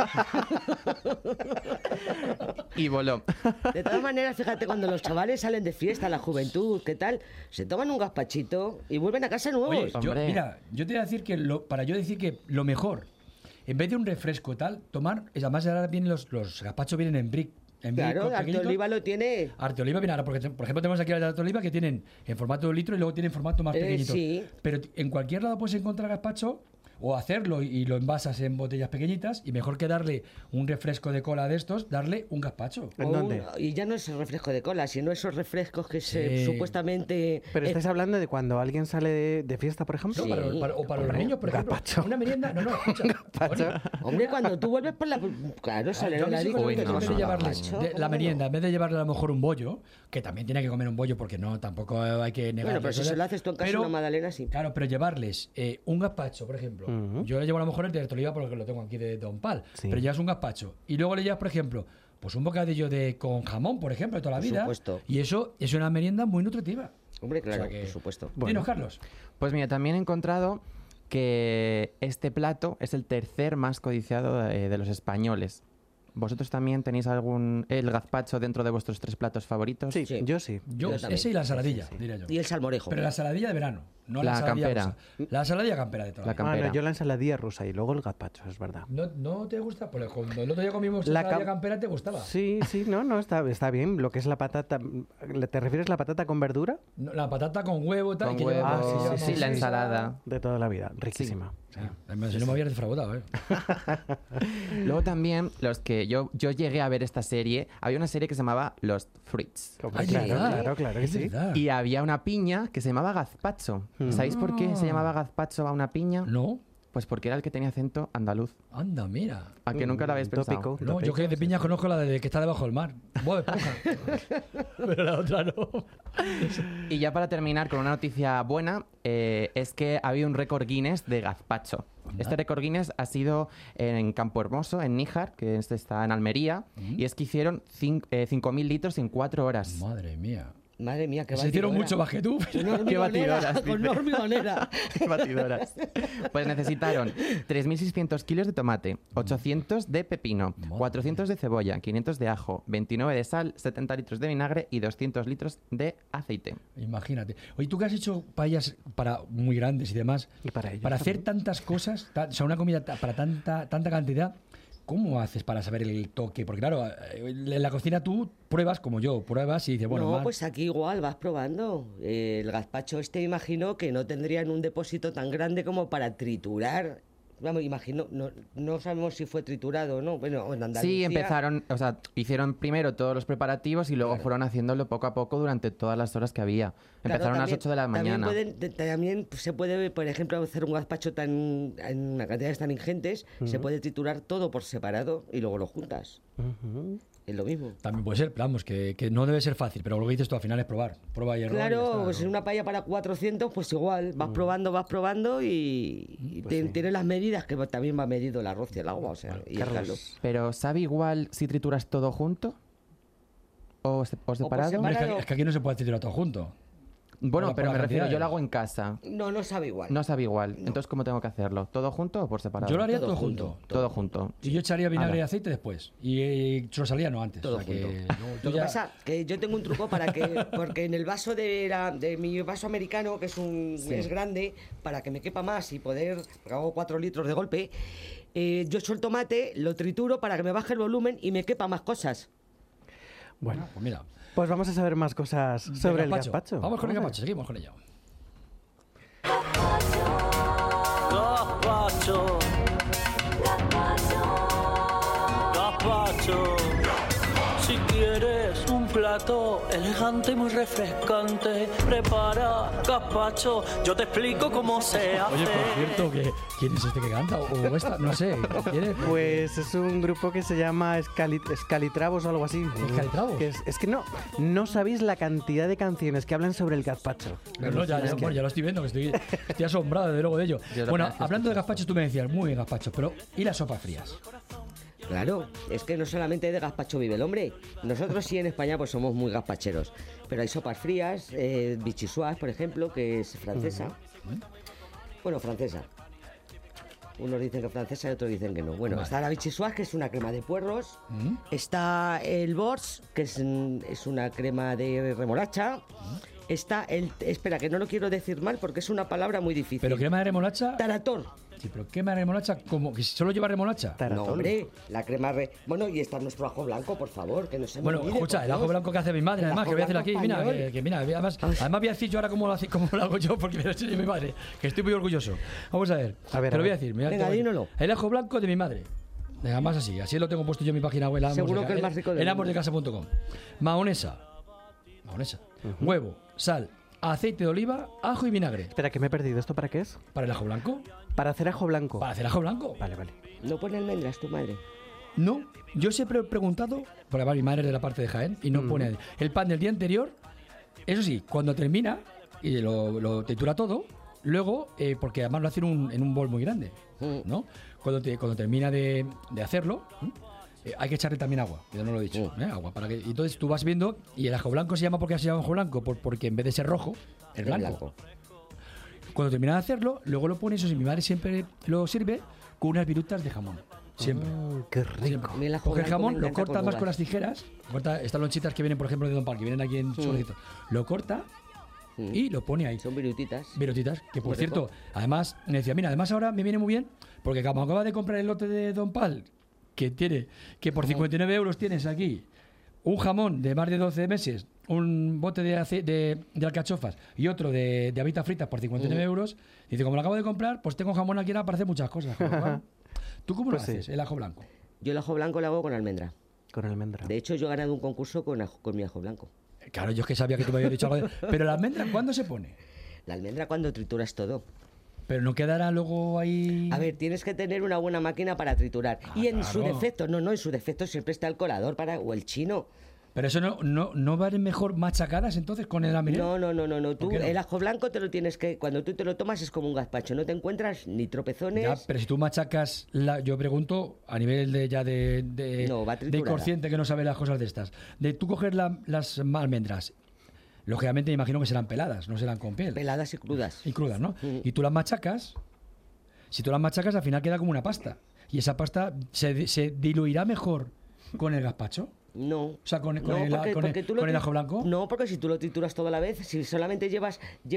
Y voló. De todas maneras, fíjate, cuando los chavales salen de fiesta, la juventud, ¿qué tal? Se toman un gazpachito y vuelven a casa nuevos. Oye, yo te voy a decir que para yo decir que lo mejor, en vez de un refresco tal, tomar, además ahora vienen los gazpachos vienen en brick. Claro, Arte Oliva lo tiene. Arte Oliva viene ahora, porque por ejemplo tenemos aquí la de Arte Oliva que tienen en formato de litro y luego tienen en formato más pequeñito. Sí. Pero en cualquier lado puedes encontrar gazpacho o hacerlo y lo envasas en botellas pequeñitas y mejor que darle un refresco de cola de estos, darle un gazpacho. ¿En dónde? Y ya no es el refresco de cola, sino esos refrescos que supuestamente... Pero estáis hablando de cuando alguien sale de fiesta, por ejemplo. Sí. O para los niños, por ejemplo. Gazpacho. Una merienda. No, escucha. Hombre, cuando tú vuelves por la... Claro, sale Yo la en vez de llevarles la merienda, en vez de llevarle a lo mejor un bollo, que también tiene que comer un bollo porque no, tampoco hay que negar. Bueno, pero si se lo haces tú en casa, una magdalena, sí. Claro, pero llevarles un gazpacho, por ejemplo. Yo le llevo a lo mejor el de Arte Oliva porque lo tengo aquí de Don Pal. Sí. Pero llevas un gazpacho y luego le llevas, por ejemplo, pues un bocadillo con jamón, por ejemplo, de toda la vida. Por supuesto. Y eso es una merienda muy nutritiva. Hombre, claro, por supuesto. Dinos, Carlos. Pues mira, también he encontrado que este plato es el tercer más codiciado de los españoles. ¿Vosotros también tenéis el gazpacho dentro de vuestros 3 platos favoritos? Sí, yo sí. Yo ese y la saladilla, diría yo. Y el salmorejo. Pero la saladilla de verano, no la La saladilla campera. rusa. La saladilla campera de toda la vida. campera. No, yo la ensaladilla rusa y luego el gazpacho, es verdad. ¿No te gusta? Pues cuando el otro día comimos La saladilla cam- campera, ¿te gustaba? Sí, no, está bien. Lo que es la patata, ¿te refieres a la patata con verdura? No, la patata con huevo y tal. Con que huevo, lleva- sí, la ensalada. De toda la vida, riquísima. Si no me habías defraudado, ¿eh? Luego también, los que yo llegué a ver esta serie, había una serie que se llamaba Los Fruits. Hombre, claro que Es sí. verdad. Y había una piña que se llamaba gazpacho. ¿Sabéis por qué se llamaba gazpacho a una piña? No. Pues porque era el que tenía acento andaluz. Anda, mira. ¿A que nunca lo habéis pensado? Tópico. No, yo que de piña conozco la de que está debajo del mar. Bob Esponja. Pero la otra no. Y ya para terminar con una noticia buena, es que ha habido un récord Guinness de gazpacho. Este récord Guinness ha sido en Campo Hermoso, en Níjar, que está en Almería, y es que hicieron 5.000 litros en 4 horas. Madre mía. Madre mía, qué Se hicieron batidora. mucho más que tú. Qué batidoras, Con dice. hormigonera. Qué batidoras. Pues necesitaron 3.600 kilos de tomate, 800 de pepino, 400 de cebolla, 500 de ajo, 29 de sal, 70 litros de vinagre y 200 litros de aceite. Imagínate. Oye, tú que has hecho paellas para muy grandes y demás, Y para ellos para hacer también. tantas cosas, o sea, una comida para tanta cantidad, ¿cómo haces para saber el toque? Porque claro, en la cocina tú pruebas como yo, pruebas y dices, bueno, no, más. pues aquí igual vas probando. El gazpacho imagino que no tendrían un depósito tan grande como para triturar. Vamos, imagino, no sabemos si fue triturado o no. Bueno, en Andalucía... Sí, empezaron, o sea, hicieron primero todos los preparativos y luego fueron haciéndolo poco a poco durante todas las horas que había. Claro, Empezaron a las también- 8 de la mañana. También se puede, por ejemplo, hacer un gazpacho en una cantidades tan ingentes, se Ujú. puede triturar todo por separado y luego lo juntas. Es lo mismo. También puede ser, pero vamos, que no debe ser fácil, pero lo que dices tú al final es probar. Prueba y error. y ya Claro, está, pues ¿no? en una paella para 400, pues igual, vas probando y tiene las medidas que también va medido el arroz y el agua, o sea, y el caldo. Pero ¿sabe igual si trituras todo junto? ¿O separado? Hombre, es que aquí no se puede triturar todo junto. Bueno, Por pero las me refiero, yo cantidades. lo hago en casa. No sabe igual. No sabe igual. Entonces, ¿cómo tengo que hacerlo? ¿Todo junto o por separado? Yo lo haría todo junto. Todo junto. Y yo echaría vinagre y Ala. aceite después. Y rosalía no antes. Todo o sea que junto. luego tú Lo que ya- pasa que yo tengo un truco para que, porque en el vaso de mi vaso americano, que es grande, para que me quepa más y poder, porque hago 4 litros de golpe, yo echo el tomate, lo trituro para que me baje el volumen y me quepa más cosas. Bueno, pues mira. Pues vamos a saber más cosas sobre el gazpacho. gazpacho. Vamos con el a ver. gazpacho, seguimos con ello. Gazpacho. Gazpacho. Si quieres un plato elegante y muy refrescante, prepara gazpacho. Yo te explico cómo se hace. Oye, por cierto, ¿quién es este que canta? O esta, no sé. ¿Quién es? Pues es un grupo que se llama Escalitravos o algo así. ¿Escalitravos? Que es que no sabéis la cantidad de canciones que hablan sobre el gazpacho. No, ya lo estoy viendo, que estoy asombrado desde luego de ello. Yo lo Bueno, que hace es hablando de gazpachos, tú me decías, muy bien gazpacho, pero ¿y las sopas frías? Claro, es que no solamente de gazpacho vive el hombre. Nosotros sí en España pues somos muy gazpacheros. Pero hay sopas frías, bichisuas, por ejemplo, que es francesa. Bueno, francesa. Unos dicen que francesa y otros dicen que no. Bueno, Vale. está la bichisuas, que es una crema de puerros. Está el bors, que es una crema de remolacha. Está espera, que no lo quiero decir mal porque es una palabra muy difícil. ¿Pero crema de remolacha? Tarator. Sí, pero crema de remolacha, ¿cómo? ¿Que solo lleva remolacha? No, hombre, la crema... Bueno, y está nuestro ajo blanco, por favor, que no se me Bueno, olvide, escucha, por el ajo Dios. blanco que hace mi madre, El además, ajo que voy a hacer blanco aquí. Mira, español. que mira, además voy a decir yo ahora cómo lo hago yo, porque me lo enseñó mi madre, que estoy muy orgulloso. Vamos a ver, te lo voy a decir. Mira, Venga, te voy a decir. dímelo. El ajo blanco de mi madre. Venga, más así lo tengo puesto yo en mi página web. Seguro que el más rico del En mundo. amordecasa.com. Mahonesa, huevo, sal, aceite de oliva, ajo y vinagre. Espera, que me he perdido. ¿Esto para qué es? ¿Para el ajo blanco? Para hacer ajo blanco. ¿Para hacer ajo blanco? Vale, vale. ¿No pone almendras tu madre? No, yo siempre he preguntado, porque mi madre es de la parte de Jaén, y no pone el pan del día anterior. Eso sí, cuando termina, y lo tritura todo, luego, porque además lo hacen en un bol muy grande, ¿no? Cuando termina de hacerlo, hay que echarle también agua, yo no lo he dicho, agua, para que, y entonces tú vas viendo, y el ajo blanco se llama porque se llama ajo blanco, porque en vez de ser rojo, es blanco. Cuando termina de hacerlo, luego lo pone, eso sí, mi madre siempre lo sirve con unas virutas de jamón. Siempre. Qué rico. Coge el jamón, lo corta más con las tijeras. Corta estas lonchitas que vienen, por ejemplo, de Don Pal, que vienen aquí en sobrecitos. Lo corta y lo pone ahí. Son virutitas. Virutitas, que por Muy cierto, rico. además me decía, mira, además ahora me viene muy bien, porque como acaba de comprar el lote de Don Pal, que por 59 euros tienes aquí un jamón de más de 12 meses, un bote de alcachofas y otro de habitas fritas por 59 euros. Y dice, como lo acabo de comprar, pues tengo jamón aquí ahora para hacer muchas cosas. ¿Tú cómo lo Pues sí. haces, el ajo blanco? Yo el ajo blanco lo hago con almendra. Con almendra. De hecho, yo he ganado un concurso con mi ajo blanco. Claro, yo es que sabía que tú me habías dicho algo de... Pero la almendra, ¿cuándo se pone? La almendra cuando trituras todo. Pero no quedará luego ahí... A ver, tienes que tener una buena máquina para triturar. Y en su claro. defecto, en su defecto siempre está el colador o el chino. Pero eso no van mejor machacadas entonces con el almendra. No. Tú, ¿Por qué no? el ajo blanco te lo tienes que... Cuando tú te lo tomas es como un gazpacho. No te encuentras ni tropezones... Ya, pero si tú machacas, yo pregunto a nivel de No, va de triturada. inconsciente que no sabe las cosas de estas. De tú coger las almendras, lógicamente me imagino que serán peladas, no serán con piel. Peladas y crudas. Y crudas, ¿no? Y tú las machacas, si tú las machacas al final queda como una pasta. Y esa pasta se diluirá mejor con el gazpacho. No. O sea, con No, el ajo blanco. No, porque si tú lo trituras toda la vez, si solamente lleva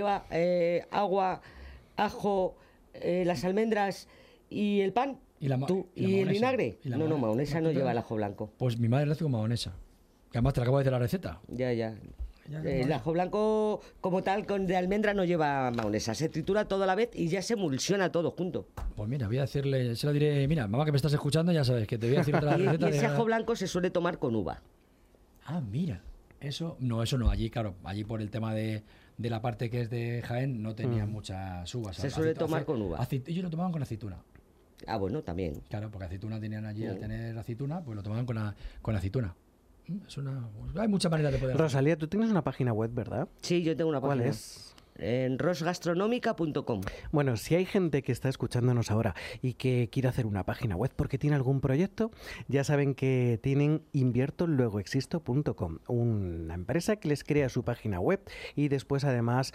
agua, ajo, las almendras y el pan Y la el mahonesa. vinagre. Y la No, mahonesa no tú te- lleva el ajo blanco. Pues mi madre lo hace con mahonesa. Que además te la acabo de decir la receta. Ya. Ya, El ajo blanco, como tal, de almendra no lleva mahonesa. Se tritura toda la vez y ya se emulsiona todo junto. Pues mira, voy a decirle, se lo diré, mira, mamá que me estás escuchando, ya sabes que te voy a decir otra Y receta. ese ajo blanco se suele tomar con uva. Ah, mira, eso no, allí, claro, allí por el tema de la parte que es de Jaén no tenía muchas uvas. Se suele tomar con uva. Ellos lo tomaban con aceituna. Ah, bueno, también. Claro, porque aceituna tenían allí, al tener aceituna, pues lo tomaban con aceituna. Hay muchas maneras de poder hacerlo. Rosalía, tú tienes una página web, ¿verdad? Sí, yo tengo una página. ¿Cuál es? En rosgastronómica.com. Bueno, si hay gente que está escuchándonos ahora y que quiere hacer una página web porque tiene algún proyecto, ya saben que tienen inviertoluegoexisto.com, una empresa que les crea su página web y después además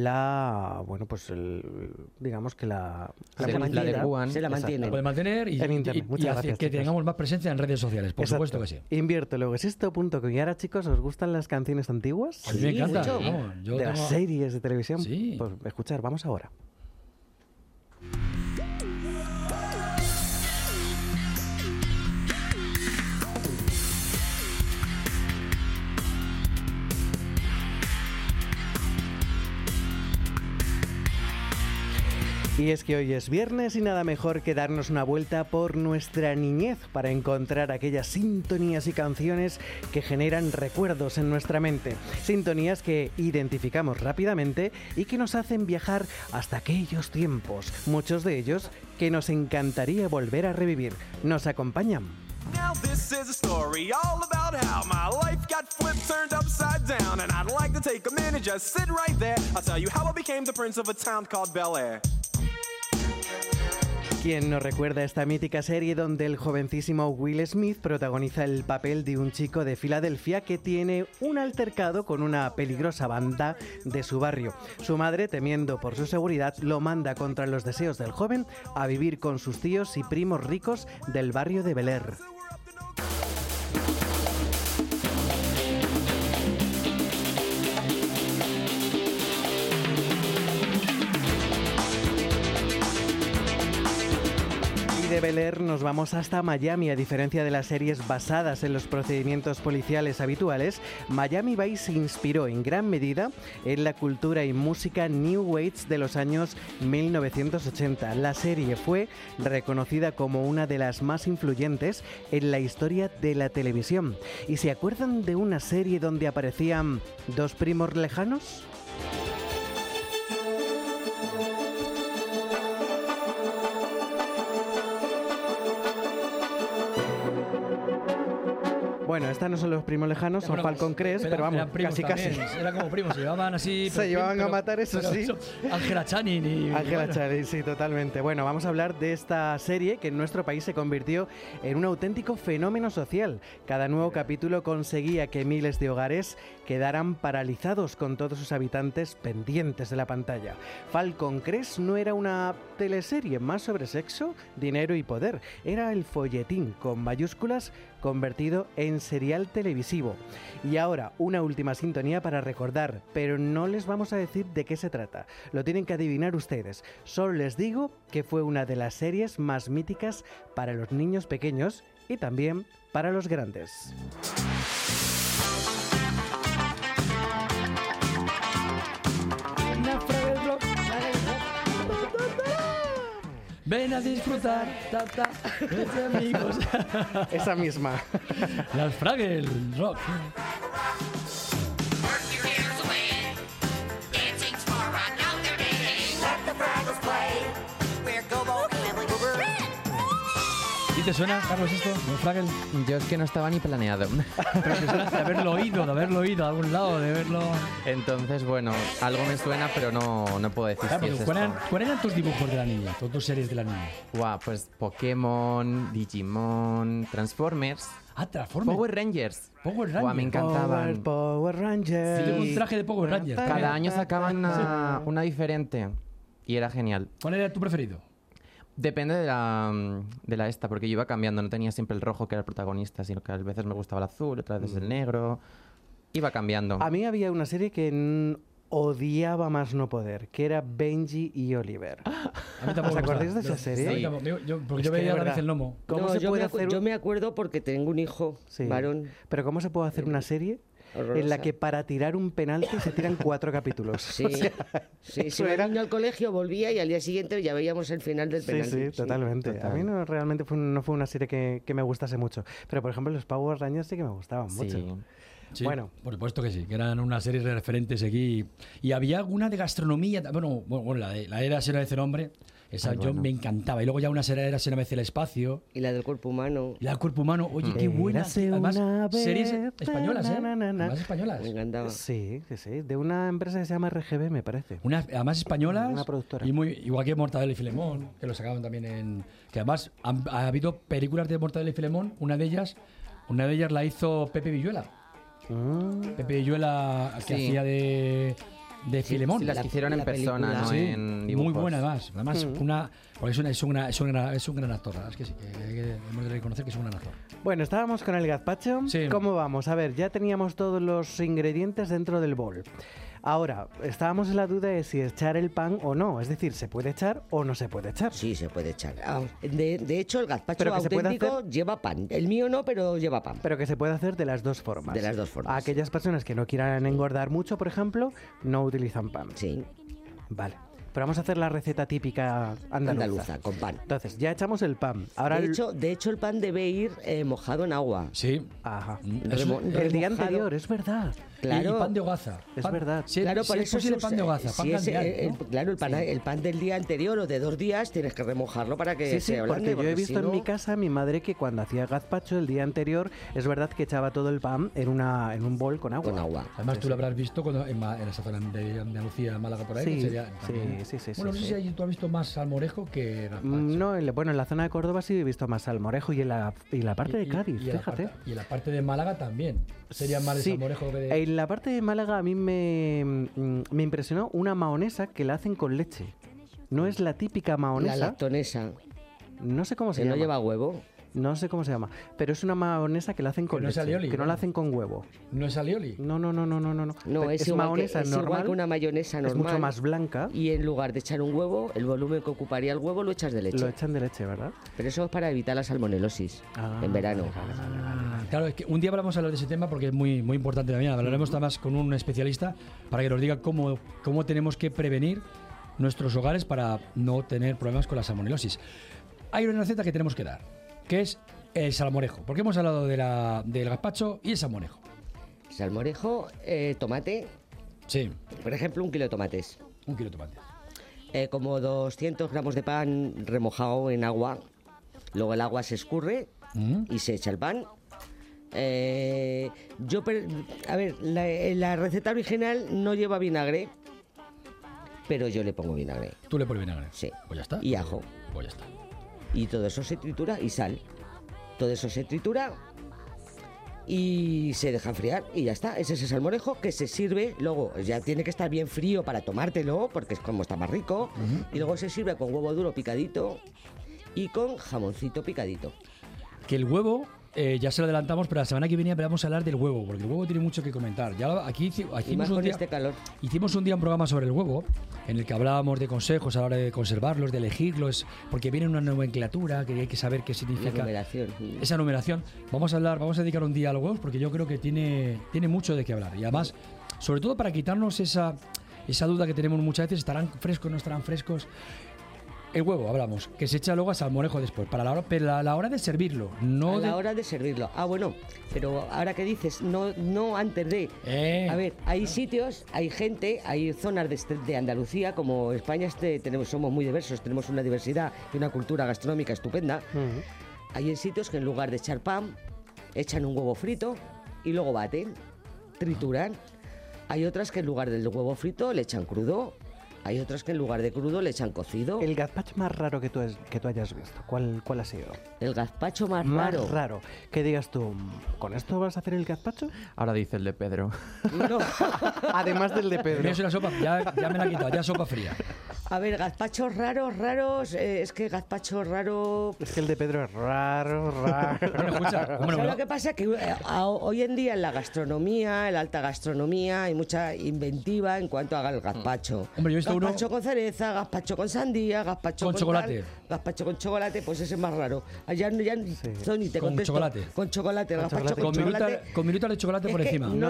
digamos que la adecúan. Se la mantienen. La pueden mantener y, En internet. y Muchas hace gracias, que chicos. tengamos más presencia en redes sociales, por Exacto. supuesto que sí. Inviertoluegoexisto.com. Y ahora, chicos, ¿os gustan las canciones antiguas? A mí me encanta. mucho. Vamos, yo De las tengo- series de televisión. Sí. Pues escuchar, vamos ahora. Y es que hoy es viernes y nada mejor que darnos una vuelta por nuestra niñez para encontrar aquellas sintonías y canciones que generan recuerdos en nuestra mente. Sintonías que identificamos rápidamente y que nos hacen viajar hasta aquellos tiempos, muchos de ellos que nos encantaría volver a revivir. ¿Nos acompañan? Now this is a story all about how my life got flipped, turned upside down, and I'd like to take a minute, just sit right there. I'll tell you how I became the prince of a town called Bel Air. ¿Quién nos recuerda esta mítica serie donde el jovencísimo Will Smith protagoniza el papel de un chico de Filadelfia que tiene un altercado con una peligrosa banda de su barrio? Su madre, temiendo por su seguridad, lo manda contra los deseos del joven a vivir con sus tíos y primos ricos del barrio de Bel Air. De Bel Air nos vamos hasta Miami. A diferencia de las series basadas en los procedimientos policiales habituales, Miami Vice se inspiró en gran medida en la cultura y música New Age de los años 1980. La serie fue reconocida como una de las más influyentes en la historia de la televisión. ¿Y se acuerdan de una serie donde aparecían dos primos lejanos? Bueno, estas no son los primos lejanos, son Falcon Crest, pero vamos, eran primos casi. Eran como primos, se llevaban así. Se llevaban a matar, eso pero sí. Ángela Channing y... Ángela Channing, sí, totalmente. Bueno, vamos a hablar de esta serie que en nuestro país se convirtió en un auténtico fenómeno social. Cada nuevo capítulo conseguía que miles de hogares quedaran paralizados con todos sus habitantes pendientes de la pantalla. Falcon Crest no era una teleserie más sobre sexo, dinero y poder. Era el folletín con mayúsculas convertido en serial televisivo. Y ahora, una última sintonía para recordar, pero no les vamos a decir de qué se trata. Lo tienen que adivinar ustedes. Solo les digo que fue una de las series más míticas para los niños pequeños y también para los grandes. Ven a disfrutar, entre amigos. Esa misma. Las Fraggle Rock. ¿Y te suena, Carlos, esto? ¿Los Fraggle? Yo es que no estaba ni planeado. Pero te suena de haberlo oído a algún lado, de verlo... Entonces, bueno, algo me suena, pero no puedo decir si es ¿Cuáles esto. eran tus dibujos de la niña? Tus series de la niña. Guau, pues Pokémon, Digimon, Transformers. Ah, Transformers. Power Rangers. Power Rangers. Guau, me encantaban. Power Rangers. Sí, tengo un traje de Power Rangers. Cada año sacaban una diferente. Y era genial. ¿Cuál era tu preferido? Depende de la esta, porque yo iba cambiando. No tenía siempre el rojo, que era el protagonista, sino que a veces me gustaba el azul, otras veces el negro. Iba cambiando. A mí había una serie que odiaba más no poder, que era Benji y Oliver. A mí tampoco ¿Os acordáis de me esa gusta. serie? Sí. Porque yo veía a David el Lomo. ¿Cómo se puede hacer? Yo me acuerdo porque tengo un hijo varón. Pero ¿cómo se puede hacer una serie en la que para tirar un penalti se tiran 4 capítulos? Sí, O sea, sí, eso si era... era niño al colegio, volvía y al día siguiente ya veíamos el final del penalti. Sí, totalmente. total. A mí no, realmente no fue una serie que me gustase mucho. Pero, por ejemplo, los Power Rangers sí que me gustaban mucho. Sí, bueno, por supuesto que sí, que eran unas series de referentes aquí. Y había alguna de gastronomía, bueno la era Sena vez el hombre, esa yo me encantaba. Y luego ya una era Sena vez el espacio. Y la del cuerpo humano. Y la del cuerpo humano, oye, qué buena. Además, series españolas, ¿eh? Además españolas. Me encantaba. Sí, de una empresa que se llama RGB, me parece. Además españolas. Una productora. Y igual que Mortadelo y Filemón, que lo sacaban también en... Que además ha habido películas de Mortadelo y Filemón, una de ellas la hizo Pepe Villuela. Pepe Villuela, que hacía de Filemón. Sí, las que hicieron en persona, película. no Sí, en dibujos. muy buena además. Porque es un gran actor, la verdad es que sí, que hemos de reconocer que es un gran actor. Bueno, estábamos con el gazpacho. Sí. ¿Cómo vamos? A ver, ya teníamos todos los ingredientes dentro del bol. Ahora, estábamos en la duda de si echar el pan o no. Es decir, ¿se puede echar o no se puede echar? Sí, se puede echar. De hecho, el gazpacho Pero que se puede auténtico hacer- lleva pan. El mío no, pero lleva pan. Pero que se puede hacer de las dos formas. De las dos formas. Aquellas personas que no quieran engordar mucho, por ejemplo, no utilizan pan. Sí. Vale. Pero vamos a hacer la receta típica andaluza. Con pan. Entonces, ya echamos el pan. Ahora De hecho, el pan debe ir mojado en agua. Sí. Ajá. Remojado. El día anterior, es verdad. Claro. Y pan de hogaza. Es verdad. Claro, por eso posible pan de hogaza, pan candeal, ¿no? Claro, el pan del día anterior o de 2 días tienes que remojarlo para que Sí, se ablande. porque yo he porque visto si no- en mi casa a mi madre que cuando hacía gazpacho el día anterior, es verdad que echaba todo el pan en un bol con agua. Con agua. Además, tú lo habrás visto en esa zona de Andalucía, Málaga, por ahí. Sí, que sería sí, también- sí. Bueno, no sé si ahí tú has visto más salmorejo que gazpacho. No, en la zona de Córdoba sí he visto más salmorejo y en la parte de Cádiz, y en la fíjate. y en la parte de Málaga también. Sería más de Sí, salmorejo que de... en la parte de Málaga a mí me impresionó una mahonesa que la hacen con leche. No es la típica mahonesa. La lactonesa. No sé cómo se Que llama. no lleva huevo. No sé cómo se llama, pero es una mahonesa que la hacen con no es leche, alioli, que no ¿no? la hacen con huevo. ¿No es alioli? No. No, es igual mahonesa que, es igual normal. que una mayonesa normal. Es mucho más blanca. Y en lugar de echar un huevo, el volumen que ocuparía el huevo lo echas de leche. Lo echan de leche, ¿verdad? Pero eso es para evitar la salmonelosis en verano. Claro, es que un día vamos a hablar de ese tema porque es muy, muy importante también. Hablaremos además con un especialista para que nos diga cómo tenemos que prevenir nuestros hogares para no tener problemas con la salmonelosis. Hay una receta que tenemos que dar, que es el salmorejo, porque hemos hablado del gazpacho y el salmorejo. Salmorejo, tomate. Sí. Por ejemplo, 1 kilo de tomates. 1 kilo de tomates. Como 200 gramos de pan remojado en agua. Luego el agua se escurre y se echa el pan. A ver, la receta original no lleva vinagre, pero yo le pongo vinagre. ¿Tú le pones vinagre? Sí. Pues ya está. Y ajo. Pues ya está. Y todo eso se tritura y sal. Todo eso se tritura y se deja enfriar y ya está. Ese es el salmorejo que se sirve. Luego ya tiene que estar bien frío para tomártelo, porque es como está más rico. Y luego se sirve con huevo duro picadito y con jamoncito picadito. Que el huevo, ya se lo adelantamos, pero la semana que viene vamos a hablar del huevo, porque el huevo tiene mucho que comentar. Ya aquí hicimos un día, este calor. Hicimos un día un programa sobre el huevo, en el que hablábamos de consejos a la hora de conservarlos, de elegirlos, porque viene una nomenclatura que hay que saber qué significa. Numeración. Esa numeración. Vamos a dedicar un día a los huevos, porque yo creo que tiene mucho de qué hablar. Y además, sobre todo para quitarnos esa duda que tenemos muchas veces, ¿estarán frescos, no estarán frescos? El huevo, hablamos, que se echa luego a salmorejo después, pero a la hora de servirlo, no a la hora de servirlo. Ah, bueno, pero ahora que dices, no antes de... A ver, hay sitios, hay gente, hay zonas de Andalucía, como España somos muy diversos, tenemos una diversidad y una cultura gastronómica estupenda. Hay sitios que en lugar de echar pan, echan un huevo frito y luego baten, trituran. Hay otras que en lugar del huevo frito le echan crudo. Hay otras que en lugar de crudo le echan cocido. El gazpacho más raro que tú hayas visto, ¿cuál ha sido? El gazpacho más raro. Más raro. Que digas tú, ¿con esto vas a hacer el gazpacho? Ahora dice el de Pedro. No. Además del de Pedro. Es una sopa, ya me la he quitado, ya sopa fría. A ver, gazpachos raros, es que gazpacho raro... Es que el de Pedro es raro. Bueno, escucha, ¿Sabes lo que pasa? Que hoy en día en la gastronomía, en la alta gastronomía, hay mucha inventiva en cuanto a el gazpacho. Hombre, yo he visto gazpacho con cereza, gazpacho con sandía, gazpacho con chocolate. Gazpacho con chocolate, pues ese es más raro. Sony, te contesto. Chocolate. Con chocolate, gazpacho con chocolate. Con minutos de chocolate por encima. No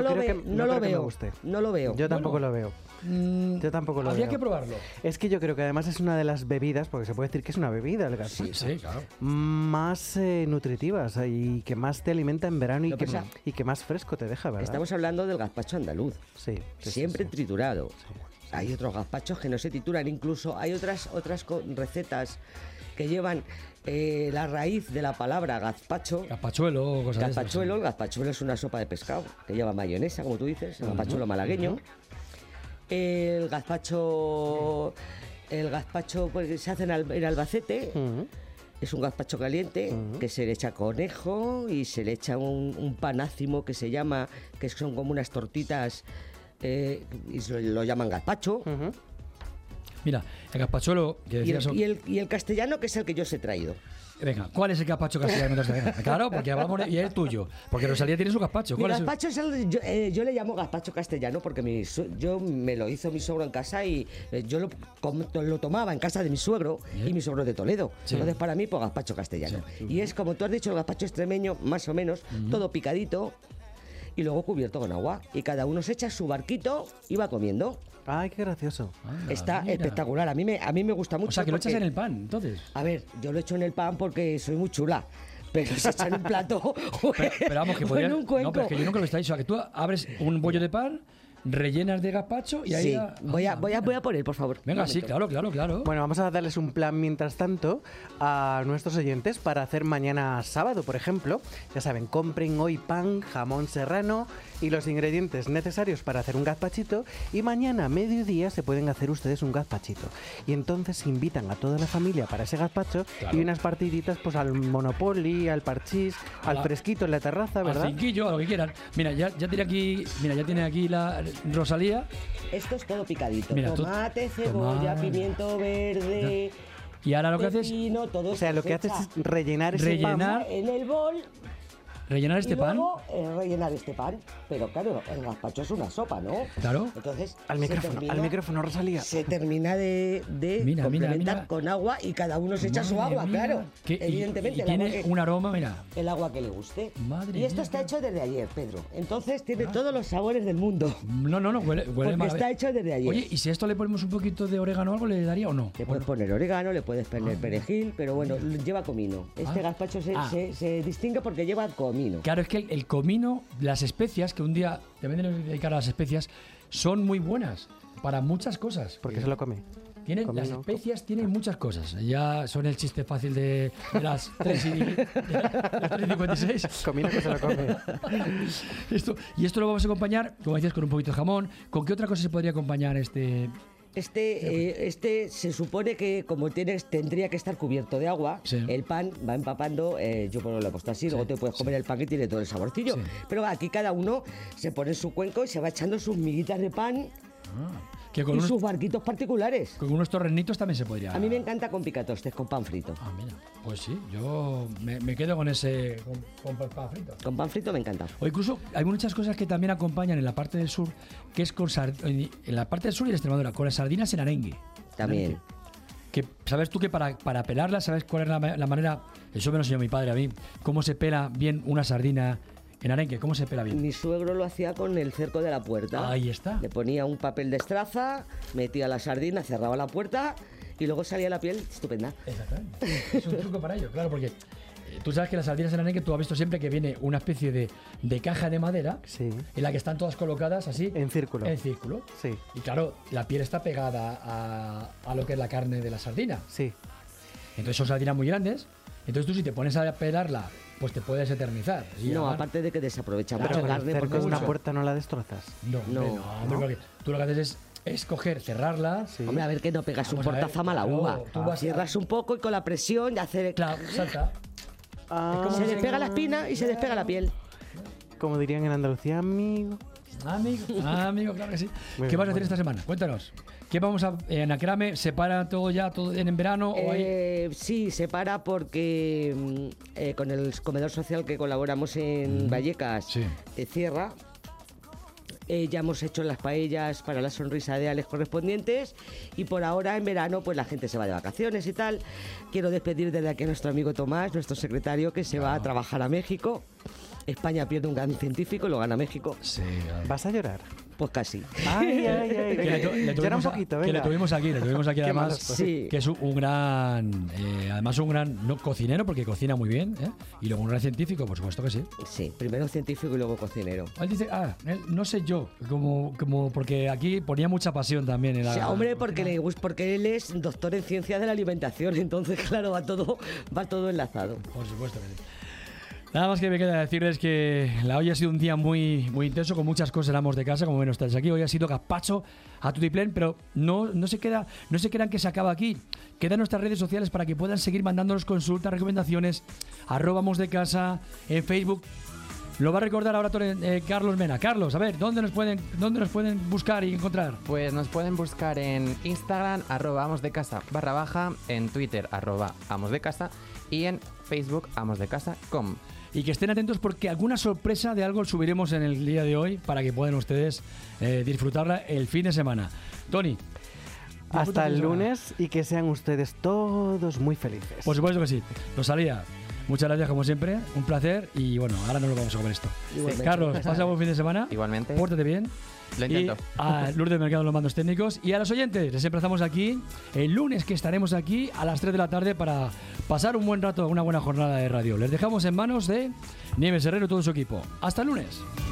lo veo. Yo tampoco lo veo. Yo tampoco lo veo. Habría que probarlo. Es que yo creo que además es una de las bebidas, porque se puede decir que es una bebida el gazpacho. Sí, claro. Más nutritivas y que más te alimenta en verano y que más fresco te deja, ¿verdad? Estamos hablando del gazpacho andaluz. Sí. Siempre triturado. Hay otros gazpachos que no se trituran, incluso hay otras recetas que llevan la raíz de la palabra gazpacho. Gazpachuelo, cosas de esas, sí. El gazpachuelo es una sopa de pescado que lleva mayonesa, como tú dices, el gazpachuelo malagueño. El gazpacho pues, se hace en Albacete. Es un gazpacho caliente que se le echa conejo y se le echa un panácimo que se llama, que son como unas tortitas, y lo llaman gazpacho. Mira, el gazpachuelo que decías... y el castellano, que es el que yo os he traído. Venga, ¿cuál es el gazpacho castellano? Claro, porque hablamos y el tuyo. Porque Rosalía tiene su gazpacho. Mi gazpacho es yo le llamo gazpacho castellano porque yo me lo hizo mi suegro en casa y yo lo tomaba en casa de mi suegro y mi suegro de Toledo. Sí. Entonces para mí, pues gazpacho castellano. Sí. Y es como tú has dicho, el gazpacho extremeño, más o menos, todo picadito y luego cubierto con agua. Y cada uno se echa su barquito y va comiendo. Ay, qué gracioso. Está espectacular. A mí me gusta mucho. O sea, que lo echas en el pan, entonces. A ver, yo lo echo en el pan porque soy muy chula. Pero se echa en un plato pero vamos, que podría... en un cuenco. No, pero es que yo nunca lo está dicho. O sea, que tú abres un bollo de pan, rellenas de gazpacho y ahí... Sí, voy a poner, por favor. Venga, sí, claro. Bueno, vamos a darles un plan mientras tanto a nuestros oyentes para hacer mañana sábado, por ejemplo. Ya saben, compren hoy pan, jamón serrano y los ingredientes necesarios para hacer un gazpachito, y mañana a mediodía se pueden hacer ustedes un gazpachito. Y entonces invitan a toda la familia para ese gazpacho, claro, y unas partiditas pues al Monopoly, al parchís, al fresquito en la terraza, ¿verdad? Al cinquillo, a lo que quieran. Mira, ya tiene aquí la Rosalía. Esto es todo picadito. Mira, tomate, cebolla, pimiento verde. Y ahora lo que haces, todo, o sea, lo que haces es rellenar ese pan en el bol. ¿Rellenar este pan? Rellenar este pan. Pero claro, el gazpacho es una sopa, ¿no? Claro. Entonces, al micrófono, Rosalía. Se termina de complementar con agua y cada uno se echa su agua, claro. Evidentemente. Y tiene un aroma, mira. El agua que le guste. Madre y esto está hecho desde ayer, Pedro. Entonces tiene todos los sabores del mundo. No, huele porque está hecho desde ayer. Oye, ¿y si a esto le ponemos un poquito de orégano o algo, le daría o no? Le puedes poner orégano, le puedes poner perejil, pero bueno, lleva comino. Este gazpacho se distingue porque lleva comino. Claro, es que el comino, las especias, que un día también tenemos que dedicar a las especias, son muy buenas para muchas cosas. ¿Por qué se lo come? Las especias tienen muchas cosas. Ya son el chiste fácil de las 3:56. Comino que se lo come. Esto lo vamos a acompañar, como decías, con un poquito de jamón. ¿Con qué otra cosa se podría acompañar este? Este se supone que como tendría que estar cubierto de agua, el pan va empapando, yo lo he puesto así, luego te puedes comer el pan que tiene todo el saborcillo. Pero aquí cada uno se pone su cuenco y se va echando sus miguitas de pan. Y sus barquitos particulares. Con unos torrenitos también se podría. A mí me encanta con picatostes, con pan frito. Mira, pues sí, yo me quedo con ese, con pan frito. Con pan frito me encanta. O incluso hay muchas cosas que también acompañan en la parte del sur, que es en la parte del sur y en Extremadura, con las sardinas en arengue. También. Que sabes tú que para pelarlas, ¿sabes cuál es la manera? Eso me lo enseñó mi padre a mí. ¿Cómo se pela bien una sardina en arenque? ¿Cómo se pela bien? Mi suegro lo hacía con el cerco de la puerta. Ahí está. Le ponía un papel de estraza, metía la sardina, cerraba la puerta y luego salía la piel estupenda. Exactamente. Es un truco para ello, claro, porque tú sabes que las sardinas en arenque, tú has visto siempre que viene una especie de caja de madera en la que están todas colocadas así. En círculo. En círculo. Sí. Y claro, la piel está pegada a lo que es la carne de la sardina. Sí. Entonces son sardinas muy grandes. Entonces tú si te pones a pelarla, pues te puedes eternizar. No, aparte de que desaprovecha mucha Pero carne. el cerco de una mucho. puerta no la destrozas. No, porque tú lo que haces es coger, cerrarla. Hombre, a ver que no pegas un portazama a la uva. Cierras un poco y con la presión y hace... Claro, salta. Se despega la espina y se despega la piel. Como dirían en Andalucía, amigo. Amigo, claro que sí. ¿Qué vas a hacer esta semana? Cuéntanos. ¿Qué vamos a... en Acrame se para todo ya todo en verano? ¿O hay... Sí, se para porque con el comedor social que colaboramos en Vallecas cierra. Ya hemos hecho las paellas para las sonrisadeales correspondientes y por ahora en verano pues la gente se va de vacaciones y tal. Quiero despedir desde aquí a nuestro amigo Tomás, nuestro secretario, que se va a trabajar a México. España pierde un gran científico y lo gana México. Sí. ¿Vas a llorar? Pues casi. Ay. Llora un poquito, venga. Que le tuvimos aquí además, sí. que es un gran, además un gran cocinero, porque cocina muy bien, y luego un gran científico, por supuesto que sí. Sí, primero científico y luego cocinero. Él dice, no sé yo, como porque aquí ponía mucha pasión también en la... Sí, hombre, porque él es doctor en ciencias de la alimentación, entonces claro, va todo enlazado. Por supuesto que sí. Nada más que me queda decirles que hoy ha sido un día muy, muy intenso, con muchas cosas en Amos de Casa, como ven ustedes aquí. Hoy ha sido gazpacho a tutiplén, pero no se crean que se acaba aquí. Quedan nuestras redes sociales para que puedan seguir mandándonos consultas, recomendaciones, @Amos de Casa, en Facebook. Lo va a recordar ahora Carlos Mena. Carlos, a ver, ¿dónde nos pueden buscar y encontrar? Pues nos pueden buscar en Instagram, @amosdecasa_, en Twitter, @amosdecasa y en Facebook, amosdecasa.com. Y que estén atentos porque alguna sorpresa de algo subiremos en el día de hoy para que puedan ustedes disfrutarla el fin de semana. Tony. Hasta el lunes y que sean ustedes todos muy felices. Por supuesto que sí. Rosalía, muchas gracias como siempre, un placer y bueno, ahora no nos vamos a comer esto. Carlos, pasa buen fin de semana. Igualmente. Pórtate bien. Lo intento. Y a Lourdes Mercado, los mandos técnicos. Y a los oyentes, les emplazamos aquí el lunes, que estaremos aquí a las 3 de la tarde para pasar un buen rato, una buena jornada de radio. Les dejamos en manos de Nieves Herrero y todo su equipo. Hasta el lunes.